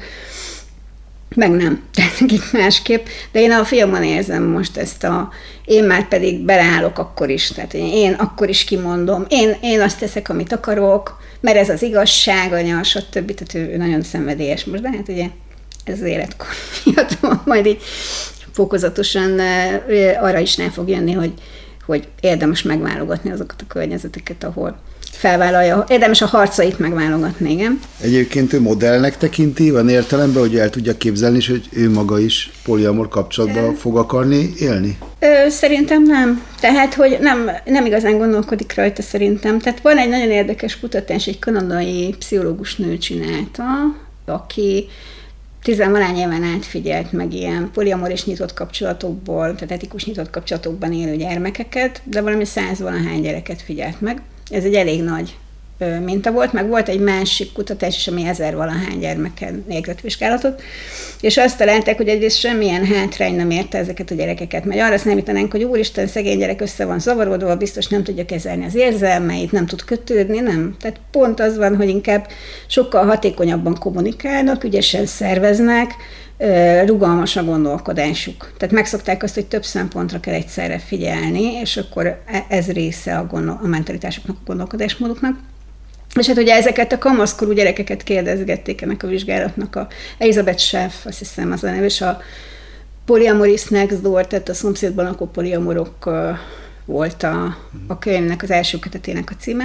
nem, tehát nekik másképp, de én a fiamon érzem most ezt én már pedig beleállok akkor is, tehát én akkor is kimondom, én azt teszek, amit akarok, mert ez az igazság, anya, stb. Tehát ő nagyon szenvedélyes most, de hát ugye ez az életkor miatt majd így fokozatosan arra is rá fog jönni, hogy érdemes megválogatni azokat a környezeteket, ahol felvállalja, érdemes a harcait megválogatni, igen. Egyébként ő modellnek tekinti, van értelemben, hogy el tudja képzelni, és hogy ő maga is poliamor kapcsolatban fog akarni élni? Szerintem nem. Tehát, hogy nem igazán gondolkodik rajta szerintem. Tehát van egy nagyon érdekes kutatás, egy kanadai pszichológus nő csinálta, aki 10-valány éven átfigyelt meg ilyen poliamor és nyitott kapcsolatokból, tehát etikus nyitott kapcsolatokban élő gyermekeket, de valami 100-valahány gyereket figyelt meg. Ez egy elég nagy minta volt, meg volt egy másik kutatás is, ami 1000-valahány gyermeken végzett vizsgálatot, és azt találták, hogy egyrészt semmilyen hátrány nem érte ezeket a gyerekeket, mert arra számítanánk, hogy úristen, szegény gyerek össze van zavarodva, biztos nem tudja kezelni az érzelmeit, nem tud kötődni, nem. Tehát pont az van, hogy inkább sokkal hatékonyabban kommunikálnak, ügyesen szerveznek, rugalmas a gondolkodásuk. Tehát megszokták azt, hogy több szempontra kell egyszerre figyelni, és akkor ez része a mentalitásoknak, a gondolkodásmódoknak. És hát ugye ezeket a kamaszkorú gyerekeket kérdezgették ennek a vizsgálatnak, a Elizabeth Sheff, azt hiszem az a neve, és a Polyamorous Next Door, tehát a szomszédban lakó poliamorok volt a könyvnek, az első kötetének a címe.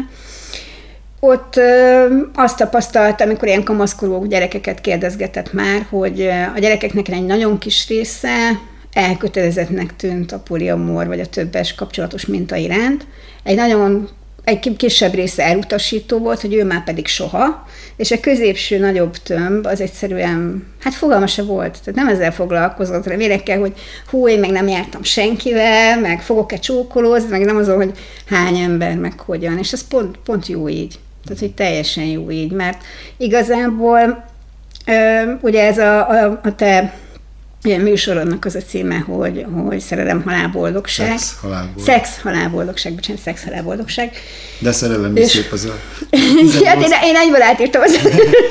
Ott azt tapasztalt, amikor ilyen kamaszkorú gyerekeket kérdezgetett már, hogy a gyerekeknek egy nagyon kis része elkötelezettnek tűnt a poliamor vagy a többes kapcsolatos minta iránt. Egy kisebb része elutasító volt, hogy ő már pedig soha, és a középső nagyobb tömb az egyszerűen, hát fogalma se volt, tehát nem ezzel foglalkozott, remélekkel, hogy én meg nem jártam senkivel, meg fogok-e csókolózni, meg nem azon, hogy hány ember, meg hogyan, és ez pont jó így. Tehát, hogy teljesen jó így, mert igazából ugye ez a te ilyen műsorodnak az a címe, hogy szerelem, halál, boldogság. Szex, halál, boldogság, bocsánat, szex, halál, boldogság. De szerelem is szép az a... Hát én egyből átírtam az...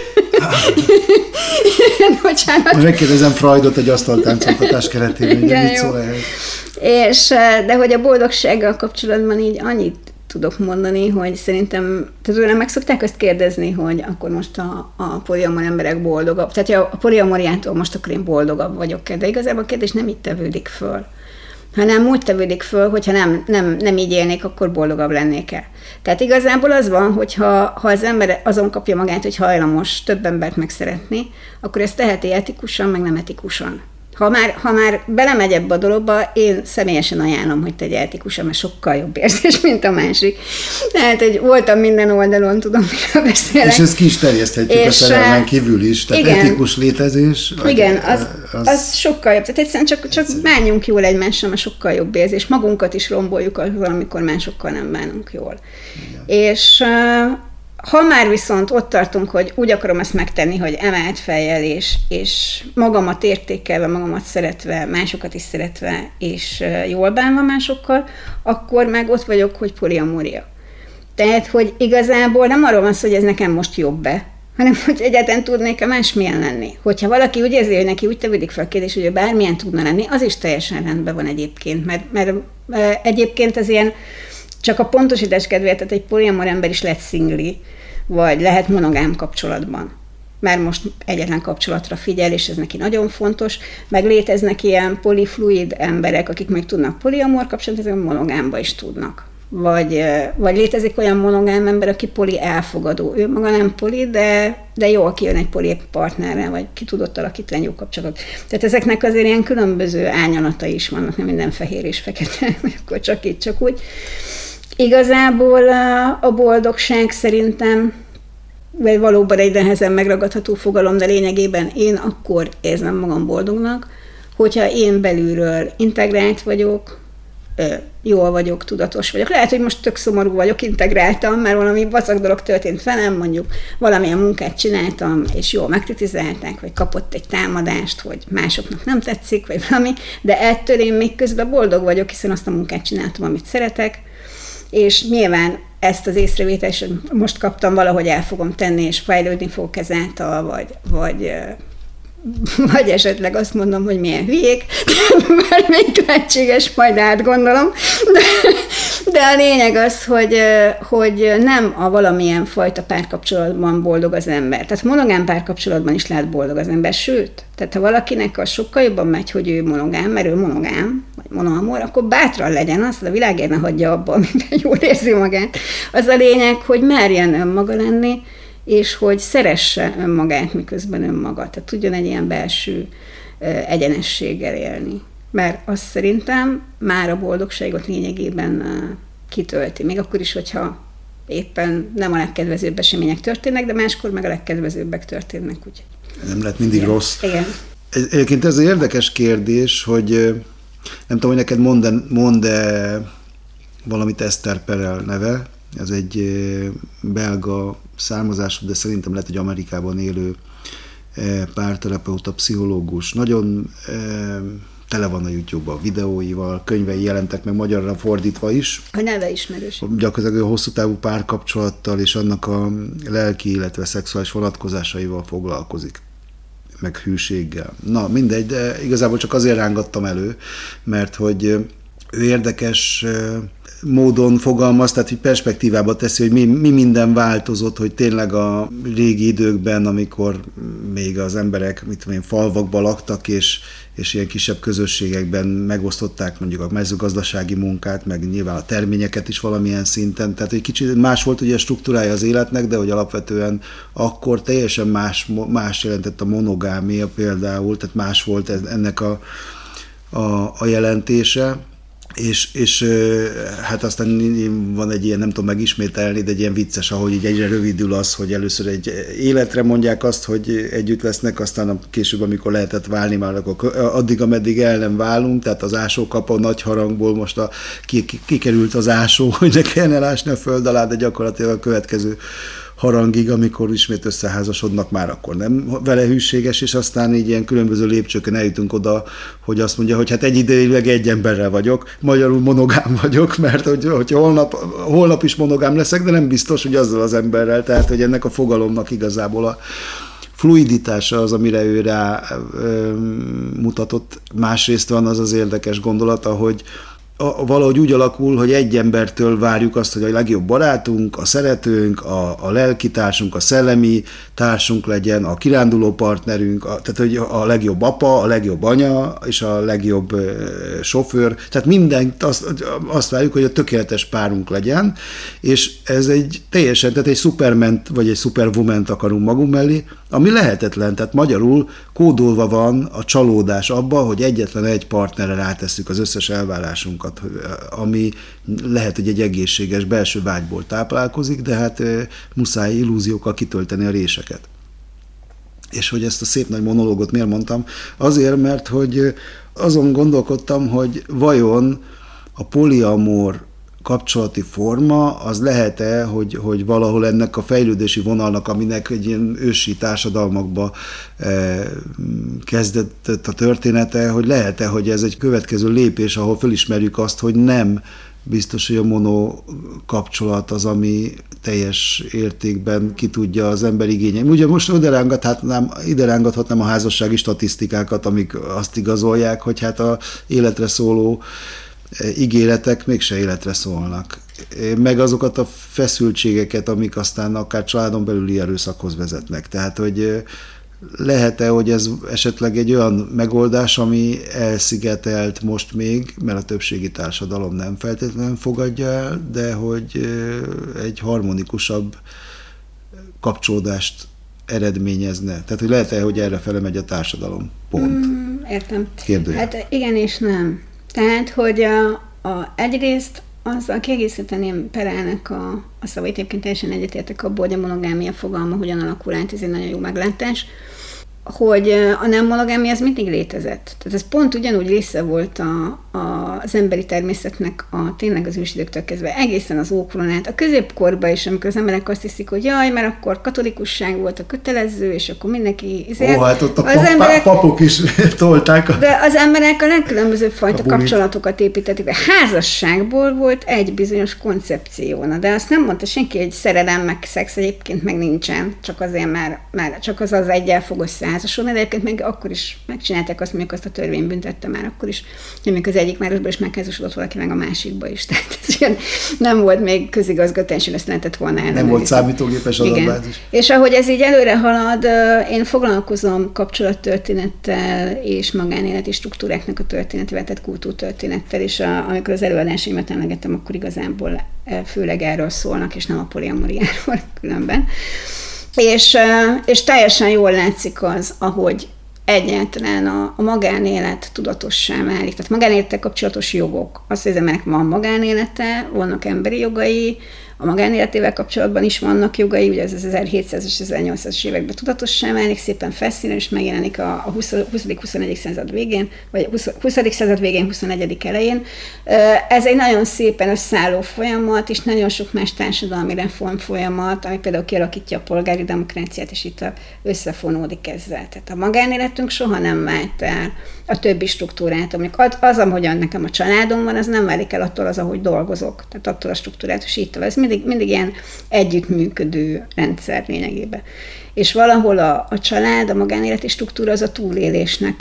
Bocsánat. Most megkérdezem Freudot egy asztaltáncoltatás keretében, hogy mit szól ehhez. De hogy a boldogsággal kapcsolatban így annyit tudok mondani, hogy szerintem, tőlem meg szokták azt kérdezni, hogy akkor most a poliamor emberek boldogabb. Tehát a poliamoriától most akkor én boldogabb vagyok, de igazából a kérdés nem így tevődik föl, hanem úgy tevődik föl, hogyha nem így élnék, akkor boldogabb lennék-e. Tehát igazából az van, hogy ha az ember azon kapja magát, hogy hajlamos több embert megszeretni, akkor ezt teheti etikusan, meg nem etikusan. Ha már belemegy ebbe a dologba, én személyesen ajánlom, hogy tegye etikusan, mert sokkal jobb érzés, mint a másik. Tehát, hogy voltam minden oldalon, tudom, miről beszélek. És ezt ki is terjeszthetjük a szerelmen kívül is. Tehát igen, etikus létezés. Igen, az sokkal jobb. Tehát egyszerűen csak bánjunk jól egymással, mert sokkal jobb érzés. Magunkat is romboljuk azzal, amikor másokkal nem bánunk jól. Igen. És... ha már viszont ott tartunk, hogy úgy akarom ezt megtenni, hogy emelt fejjel, és magamat értékelve, magamat szeretve, másokat is szeretve, és jól bánva másokkal, akkor meg ott vagyok, hogy poliamória. Tehát, hogy igazából nem arról van szó, hogy ez nekem most jobb-e, hanem hogy egyáltalán tudnék-e másmilyen lenni. Hogyha valaki úgy érzi, hogy neki úgy tevődik fel a kérdés, hogy ő bármilyen tudna lenni, az is teljesen rendben van egyébként, mert egyébként ez ilyen, csak a pontosítás kedvéért, tehát egy poliamor ember is lehet szingli, vagy lehet monogám kapcsolatban. mert most egyetlen kapcsolatra figyel, és ez neki nagyon fontos, meg léteznek ilyen polifluid emberek, akik még tudnak poliamor kapcsolatot, ezek monogámba is tudnak. Vagy létezik olyan monogám ember, aki poli elfogadó. Ő maga nem poli, de jól kijön egy poli partnerrel, vagy ki tudott alakítani jó kapcsolatot. Tehát ezeknek azért ilyen különböző árnyalatai is vannak, nem minden fehér és fekete, akkor csak így, csak úgy. Igazából a boldogság szerintem vagy valóban egy nehezen megragadható fogalom, de lényegében én akkor érzem magam boldognak, hogyha én belülről integrált vagyok, jól vagyok, tudatos vagyok. Lehet, hogy most tök szomorú vagyok, integráltam, mert valami vacak dolog történt velem, mondjuk valamilyen munkát csináltam, és jól megkritizálták, vagy kapott egy támadást, hogy másoknak nem tetszik, vagy valami, de ettől én még közben boldog vagyok, hiszen azt a munkát csináltam, amit szeretek, és nyilván ezt az észrevételt is most kaptam, valahogy el fogom tenni, és fejlődni fogok ezáltal, vagy esetleg azt mondom, hogy milyen hülyék, mert még lehetséges, majd átgondolom. De a lényeg az, hogy nem a valamilyen fajta párkapcsolatban boldog az ember. Tehát monogám párkapcsolatban is lehet boldog az ember, sőt, tehát ha valakinek az sokkal jobban megy, hogy ő monogám, mert ő monogám, vagy monoamor, akkor bátran legyen, azt a világért ne hagyja abba, amiben jól érzi magát. Az a lényeg, hogy merjen önmaga lenni, és hogy szeresse önmagát, miközben önmaga. Tehát tudjon egy ilyen belső egyenességgel élni. Mert azt szerintem már a boldogságot lényegében kitölti. Még akkor is, hogyha éppen nem a legkedvezőbb események történnek, de máskor meg a legkedvezőbbek történnek. Úgy. Nem lehet mindig igen. Rossz. Igen. Egyébként ez egy érdekes kérdés, hogy nem tudom, hogy neked mond-e valamit Esther Perel neve. Ez egy belga származású, de szerintem lehet, hogy Amerikában élő párterapeuta, pszichológus. Nagyon tele van a YouTube-ban videóival, könyvei jelentek meg magyarra fordítva is. A neve ismerős. Gyakorlatilag a hosszú távú párkapcsolattal és annak a lelki, illetve szexuális vonatkozásaival foglalkozik, meg hűséggel. Na, mindegy, de igazából csak azért rángattam elő, mert hogy ő érdekes módon fogalmaz, tehát hogy perspektívába teszi, hogy mi minden változott, hogy tényleg a régi időkben, amikor még az emberek, falvakban laktak, és ilyen kisebb közösségekben megosztották mondjuk a mezőgazdasági munkát, meg nyilván a terményeket is valamilyen szinten. Tehát egy kicsit más volt ugye a struktúrája az életnek, de hogy alapvetően akkor teljesen más jelentett a monogámia például, tehát más volt ennek a jelentése. És hát aztán van egy ilyen, nem tudom megismételni, de egy ilyen vicces, ahogy így egyre rövidül az, hogy először egy életre mondják azt, hogy együtt lesznek, aztán később, amikor lehetett válni, már akkor addig, ameddig el nem válunk, tehát az ásókap a nagy harangból most kikerült az ásó, hogy ne kelljen elásni a föld alá, de gyakorlatilag a következő harangig, amikor ismét összeházasodnak, már akkor nem vele hűséges, és aztán így ilyen különböző lépcsőkön eljutunk oda, hogy azt mondja, hogy hát egyidejűleg egy emberrel vagyok, magyarul monogám vagyok, mert hogy holnap is monogám leszek, de nem biztos, hogy azzal az emberrel, tehát hogy ennek a fogalomnak igazából a fluiditása az, amire ő rá mutatott. Másrészt van az érdekes gondolata, hogy valahogy úgy alakul, hogy egy embertől várjuk azt, hogy a legjobb barátunk, a szeretőnk, a lelkitársunk, a szellemi társunk legyen, a kiránduló partnerünk, tehát hogy a legjobb apa, a legjobb anya és a legjobb sofőr, tehát mindent azt várjuk, hogy a tökéletes párunk legyen, és ez egy teljesen, tehát egy szuperment vagy egy szuperwomant akarunk magunk mellé, ami lehetetlen, tehát magyarul kódolva van a csalódás abba, hogy egyetlen egy partnerre rátesszük az összes elvárásunkat, ami lehet, hogy egy egészséges belső vágyból táplálkozik, de hát muszáj illúziókkal kitölteni a réseket. És hogy ezt a szép nagy monológot miért mondtam? Azért, mert hogy azon gondolkodtam, hogy vajon a poliamor kapcsolati forma, az lehet-e, hogy valahol ennek a fejlődési vonalnak, aminek egy ilyen ősi társadalmakba kezdett a története, hogy lehet-e, hogy ez egy következő lépés, ahol fölismerjük azt, hogy nem biztos, hogy a mono kapcsolat az, ami teljes értékben ki tudja az ember igényelni. Ugye most ide rángathatnám a házassági statisztikákat, amik azt igazolják, hogy hát a életre szóló ígéretek mégse életre szólnak. meg azokat a feszültségeket, amik aztán akár családon belüli erőszakhoz vezetnek. Tehát, hogy lehet-e, hogy ez esetleg egy olyan megoldás, ami elszigetelt most még, mert a többségi társadalom nem feltétlenül fogadja el, de hogy egy harmonikusabb kapcsolódást eredményezne. Tehát, hogy lehet-e, hogy erre fele megy a társadalom? Pont. Értem. Kérdője. Hát igen és nem. Tehát, hogy egyrészt azzal kiegészíteném Perának a szavait, egyébként teljesen egyetértek abból, hogy a monogámia fogalma hogyan alakul át, ez egy nagyon jó meglátás, hogy a nem monogámia az mindig létezett. Tehát ez pont ugyanúgy része volt az emberi természetnek tényleg az ősidőktől kezdve, egészen az ókoron át. A középkorban is, amikor az emberek azt hiszik, hogy jaj, mert akkor katolikusság volt a kötelező, és akkor mindenki... Hát ott papok is tolták. De az emberek a legkülönbözőbb fajta kapcsolatokat építették. A házasságból volt egy bizonyos koncepció. De azt nem mondta senki, hogy szerelem, meg szex egyébként meg nincsen, csak azért, mert csak az egy elfogott házasodni, de egyébként meg akkor is megcsinálták azt, mondjuk azt a törvény büntette már akkor is, hogy mondjuk az egyik városban is megházasodott valaki, meg a másikba is. Tehát ez ilyen, nem volt még közigazgatás, hogy ezt lehetett volna ellenőrizni. Nem volt számítógépes adatbázis. És ahogy ez így előre halad, én foglalkozom kapcsolattörténettel és magánéleti struktúráknak a történetével, tehát kultúrtörténettel, és amikor az előadásaimat emlegettem, akkor igazából főleg erről szólnak, és nem a poliamóriáról különben. És teljesen jól látszik az, ahogy egyáltalán a magánélet tudatossá válik. Tehát magánélettel kapcsolatos jogok. Azt, hogy az embernek van magánélete, vannak emberi jogai, a magánéletével kapcsolatban is vannak jogai, ugye ez az 1700-as és 1800-as években tudatossá válik, szépen felszínen is megjelenik a 20.-21. század végén, vagy 20. század végén, 21. elején. Ez egy nagyon szépen összeálló folyamat, és nagyon sok más társadalmi reform folyamat, ami például kialakítja a polgári demokráciát, és itt összefonódik ezzel. Tehát a magánéletünk soha nem vált el a többi struktúrát. Amikor az, ahogyan nekem a családom van, az nem válik el attól az, ahogy dolgozok. Tehát attól a struktúrát, és így tovább. Ez mindig ilyen együttműködő rendszer lényegében. És valahol a család, a magánéleti struktúra az a túlélésnek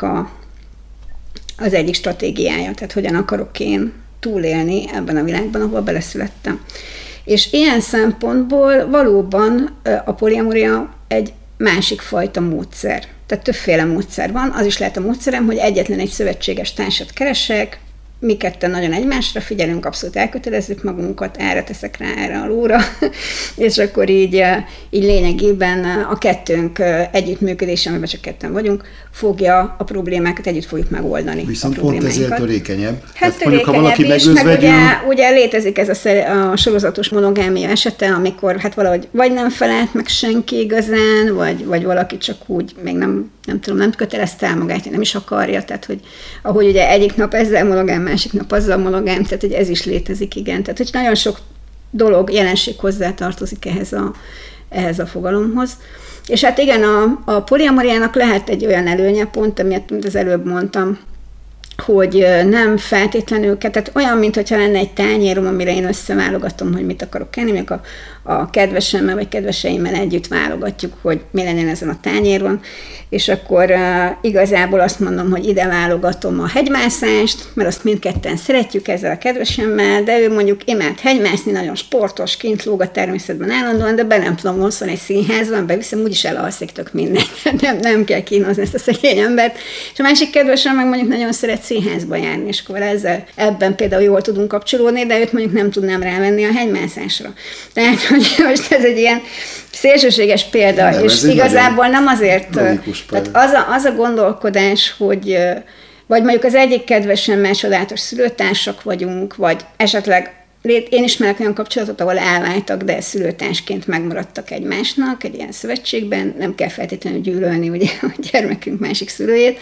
az egyik stratégiája. Tehát hogyan akarok én túlélni ebben a világban, ahol beleszülettem. És ilyen szempontból valóban a poliamória egy másik fajta módszer. Tehát többféle módszer van. Az is lehet a módszerem, hogy egyetlen egy szövetséges társat keresek, mi ketten nagyon egymásra figyelünk, abszolút elkötelezzük magunkat, erre teszek rá, erre a lóra, és akkor így lényegében a kettőnk együttműködése, amiben csak ketten vagyunk, fogja a problémákat, együtt fogjuk megoldani. Viszont pont ezért törékenyebb. Hát törékenyebb ha valaki is, meg ugye létezik ez a sorozatos monogámia esete, amikor hát valahogy vagy nem felelt meg senki igazán, vagy valaki csak úgy még nem kötelezte el magát, nem is akarja, tehát hogy ahogy ugye egyik nap ezzel monogám, másik nap azzal monogám, tehát hogy ez is létezik, igen. Tehát hogy nagyon sok dolog, jelenség hozzá tartozik ehhez a fogalomhoz. És hát igen, a poliamóriának lehet egy olyan előnye pont, amit az előbb mondtam, hogy nem feltétlenül, tehát olyan, mintha lenne egy tányérom, amire én összeválogatom, hogy mit akarok enni, mondjuk a kedvesemmel vagy kedveseimmel együtt válogatjuk, hogy mi legyen ezen a tányéron, és akkor igazából azt mondom, hogy ide válogatom a hegymászást, mert azt mindketten szeretjük ezzel a kedvesemmel, de ő mondjuk imád hegymászni, nagyon sportos, kint lóg a természetben állandóan, de be nem tudom vonszolni egy színházban, beviszem, úgyis elalszik tök mindent, nem kell kínozni ezt a szegény embert. És a másik kedvesem meg mondjuk nagyon szeret színházba járni, és akkor ebben például jól tudunk kapcsolódni, de őt mondjuk nem tudnám rávenni a hegymászásra. Tehát, hogy most ez egy ilyen szélsőséges példa, nem, és igazából nem azért, tehát az a gondolkodás, hogy vagy mondjuk az egyik kedvesemmel csodálatos szülőtársak vagyunk, vagy esetleg én ismerek olyan kapcsolatot, ahol elváltak, de szülőtársként megmaradtak egymásnak egy ilyen szövetségben, nem kell feltétlenül gyűlölni ugye a gyermekünk másik szülőjét.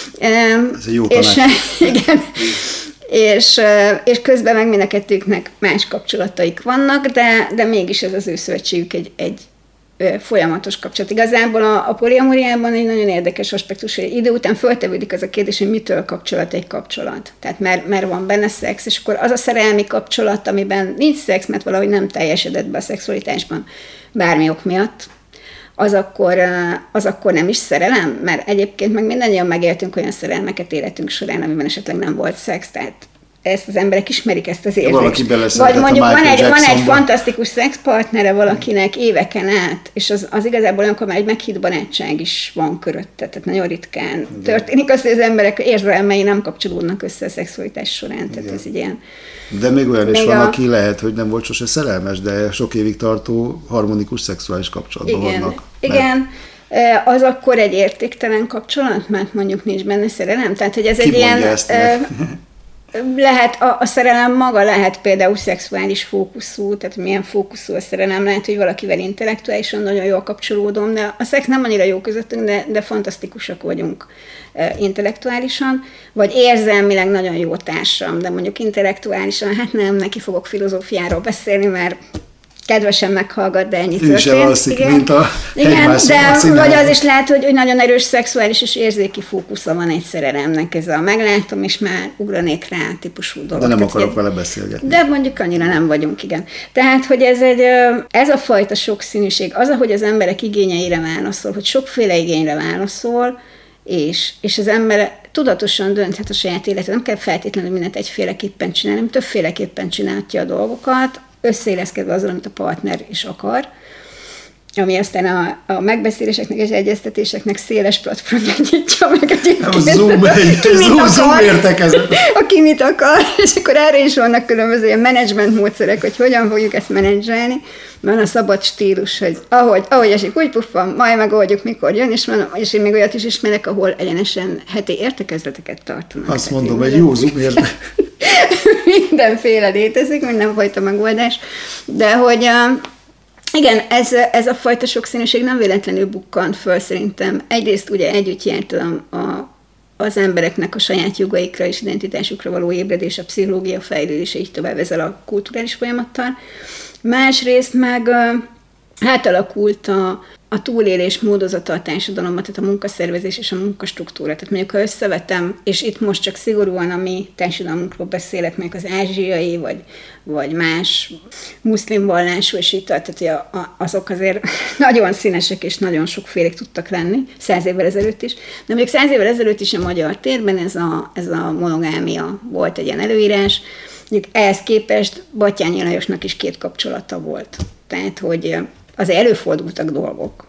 Ez egy jó tanács. Igen. És közben meg mind a kettőknek más kapcsolataik vannak, de mégis ez az ő szövetségük egy folyamatos kapcsolat. Igazából a poliamóriában egy nagyon érdekes aspektus, hogy idő után föltevődik az a kérdés, hogy mitől kapcsolat egy kapcsolat. Tehát mert van benne szex, és akkor az a szerelmi kapcsolat, amiben nincs szex, mert valahogy nem teljesedett be a szexualitásban bármi ok miatt, az akkor nem is szerelem, mert egyébként meg mindannyian megéltünk olyan szerelmeket életünk során, amiben esetleg nem volt szex, tehát ezt az emberek ismerik ezt az érzést. Valaki vagy mondjuk van egy fantasztikus szexpartnere valakinek éveken át, és az igazából olyankor már egy meghitt barátság is van körötte, tehát nagyon ritkán történik az, hogy az emberek érzelmei nem kapcsolódnak össze a szexualitás során, tehát ez egy ilyen... De még olyan is van, aki lehet, hogy nem volt sose szerelmes, de sok évig tartó harmonikus szexuális kapcsolatban vannak. Igen. Az akkor egy értéktelen kapcsolat, mert mondjuk nincs benne szerelem? Tehát, hogy ez Ki egy ilyen... Lehet, a szerelem maga lehet például szexuális fókuszú, tehát milyen fókuszú a szerelem, lehet, hogy valakivel intellektuálisan nagyon jól kapcsolódom, de a szex nem annyira jó közöttünk, de fantasztikusak vagyunk intellektuálisan, vagy érzelmileg nagyon jó társam, de mondjuk intellektuálisan, hát nem, neki fogok filozófiáról beszélni, mert kedvesen meghallgat, de ennyit történt. Ő sem alszik, mint a de vagy az is lehet, hogy nagyon erős szexuális és érzéki fókusza van egy szerelemnek, ez a meglátom, és már ugranék rá típusú dolog. De nem akarok vele beszélgetni. De mondjuk annyira nem vagyunk, igen. Tehát, hogy ez a fajta sokszínűség, az, ahogy az emberek igényeire válaszol, hogy sokféle igényre válaszol, és az ember tudatosan dönthet a saját életet, nem kell feltétlenül mindent egyféleképpen csinálni, hanem többféleképpen csinálja a dolgokat, összeéleszkedve azzal, amit a partner is akar, ami aztán a megbeszéléseknek és egyeztetéseknek széles platformját nyitja meg egyébként. Zoom értekezet. Aki mit akar, és akkor erre is vannak különböző ilyen menedzsment módszerek, hogy hogyan fogjuk ezt menedzselni. Van a szabad stílus, hogy ahogy esik, úgy puffan, majd megoldjuk, mikor jön, és én még olyat is ismerek, ahol egyenesen heti értekezleteket tartanak. Azt mondom, egy jó Zoom értek. Mindenféle létezik, mindenfajta megoldás, de hogy igen, ez a fajta sokszínűség nem véletlenül bukkant föl szerintem. Egyrészt ugye együtt járt az embereknek a saját jogaikra és identitásukra való ébredés, a pszichológia fejlődése, így tovább ezzel a kulturális folyamattal. Másrészt meg átalakult a túlélés módozata a társadalomban, tehát a munkaszervezés és a munkastruktúra. Tehát mondjuk, ha összevetem, és itt most csak szigorúan a mi társadalmunkról beszélek, meg az ázsiai, vagy más muszlim vallású, és itt, tehát azok azért nagyon színesek és nagyon sokfélék tudtak lenni, 100 évvel ezelőtt is. De mondjuk 100 évvel ezelőtt is a magyar térben ez a monogámia volt egy ilyen előírás. Mondjuk ehhez képest Batthyány Lajosnak is 2 kapcsolata volt. Tehát, hogy azért előfordultak dolgok.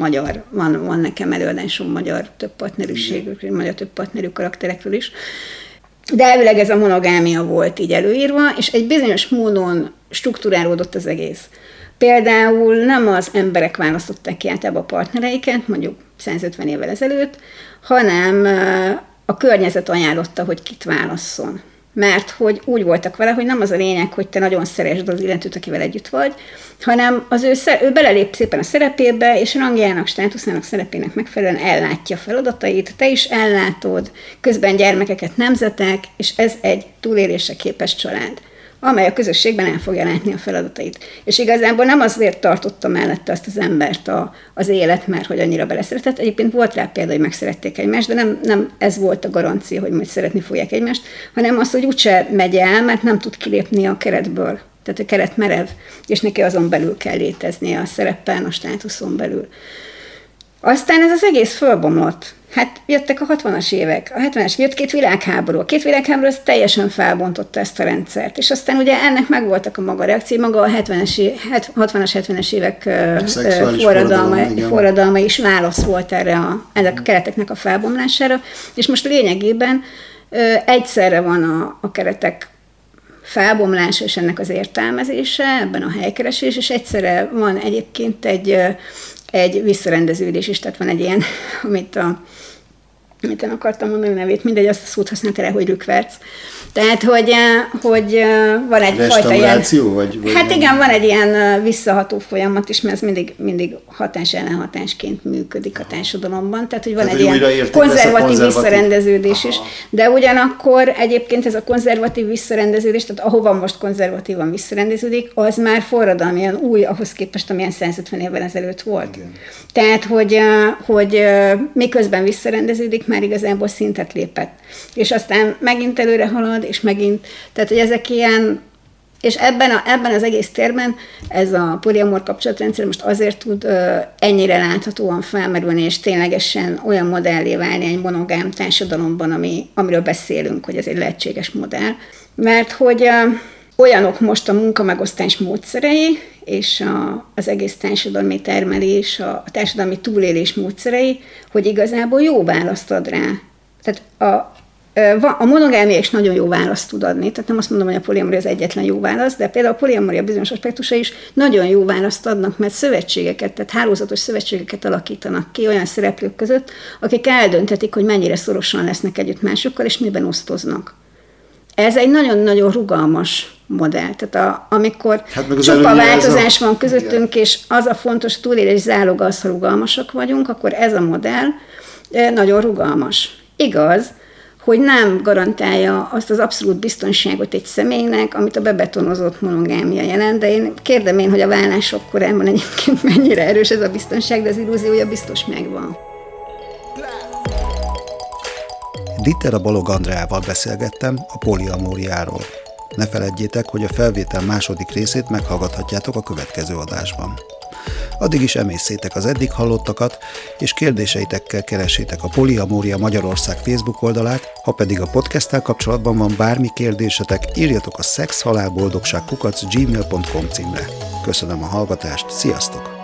Van nekem előadásom magyar többpartnerűségről, magyar többpartnerű karakterekről is. De elvileg ez a monogámia volt így előírva, és egy bizonyos módon strukturálódott az egész. Például nem az emberek választották ki általában a partnereiket, mondjuk 150 évvel ezelőtt, hanem a környezet ajánlotta, hogy kit válasszon. Mert hogy úgy voltak vele, hogy nem az a lényeg, hogy te nagyon szeresd az illetőt, akivel együtt vagy, hanem ő belelép szépen a szerepébe, és rangjának, státuszának, szerepének megfelelően ellátja a feladatait, te is ellátod, közben gyermekeket nemzetek, és ez egy túlélésre képes család, amely a közösségben el fogja látni a feladatait. És igazából nem azért tartotta mellette azt az embert az élet, mert hogy annyira beleszeretett. Egyébként volt rá példa, hogy megszerették egymást, de nem ez volt a garancia, hogy majd szeretni fogják egymást, hanem az, hogy úgyse megy el, mert nem tud kilépni a keretből. Tehát a keret merev, és neki azon belül kell léteznie a szereppen, a státuszon belül. Aztán ez az egész fölbomlott. Hát jöttek a 60-as évek, a 70-es, jött 2 világháború. A 2 világháború az teljesen felbontotta ezt a rendszert. És aztán ugye ennek megvoltak a maga reakció, maga a 60-as, 70-es évek forradalma is válasz volt ennek a kereteknek a felbomlására. És most lényegében egyszerre van a keretek felbomlása és ennek az értelmezése, ebben a helykeresés, és egyszerre van egyébként egy visszarendeződés is, tehát van egy ilyen, amit én akartam mondani nevét, mindegy, azt a szót használta rá, hogy rükverc. Tehát, hogy van egy fajta ilyen... vagy hát igen, van egy ilyen visszaható folyamat is, mert ez mindig hatás-ellenhatásként működik a társadalomban. Tehát, hogy van egy ilyen konzervatív visszarendeződés is. De ugyanakkor egyébként ez a konzervatív visszarendeződés, tehát ahova most konzervatívan visszarendeződik, az már forradalmian új ahhoz képest, amilyen 150 évvel ezelőtt volt. Igen. Tehát, hogy miközben visszarendeződik, már igazából szintet lépett. És aztán megint előre halad, és megint, tehát hogy ezek ilyen És ebben az egész térben ez a poliamor kapcsolatrendszer most azért tud ennyire láthatóan felmerülni, és ténylegesen olyan modellé válni egy monogám társadalomban, amiről beszélünk, hogy ez egy lehetséges modell. Mert hogy olyanok most a munkamegosztás módszerei, és az egész társadalmi termelés, a társadalmi túlélés módszerei, hogy igazából jó választ ad rá. Tehát a monogámia is nagyon jó választ tud adni, tehát nem azt mondom, hogy a poliamoria az egyetlen jó válasz, de például a poliamoria bizonyos aspektusa is nagyon jó választ adnak, mert szövetségeket, tehát hálózatos szövetségeket alakítanak ki olyan szereplők között, akik eldönthetik, hogy mennyire szorosan lesznek együtt másokkal, és miben osztoznak. Ez egy nagyon-nagyon rugalmas modell. Tehát amikor csupa változás van közöttünk, és az a fontos túlélés záloga az, ha rugalmasak vagyunk, akkor ez a modell nagyon rugalmas. Igaz, hogy nem garantálja azt az abszolút biztonságot egy személynek, amit a bebetonozott monogámia jelent, de én kérdem, hogy a vállások korában egyébként mennyire erős ez a biztonság, de az illúziója biztos megvan. Dittera Balog Andreával beszélgettem a poliamóriáról. Ne feledjétek, hogy a felvétel második részét meghallgathatjátok a következő adásban. Addig is emészszétek az eddig hallottakat, és kérdéseitekkel keresétek a Poliamória Magyarország Facebook oldalát, ha pedig a podcasttel kapcsolatban van bármi kérdésetek, írjatok a szexhalálboldogság@gmail.com címre. Köszönöm a hallgatást, sziasztok!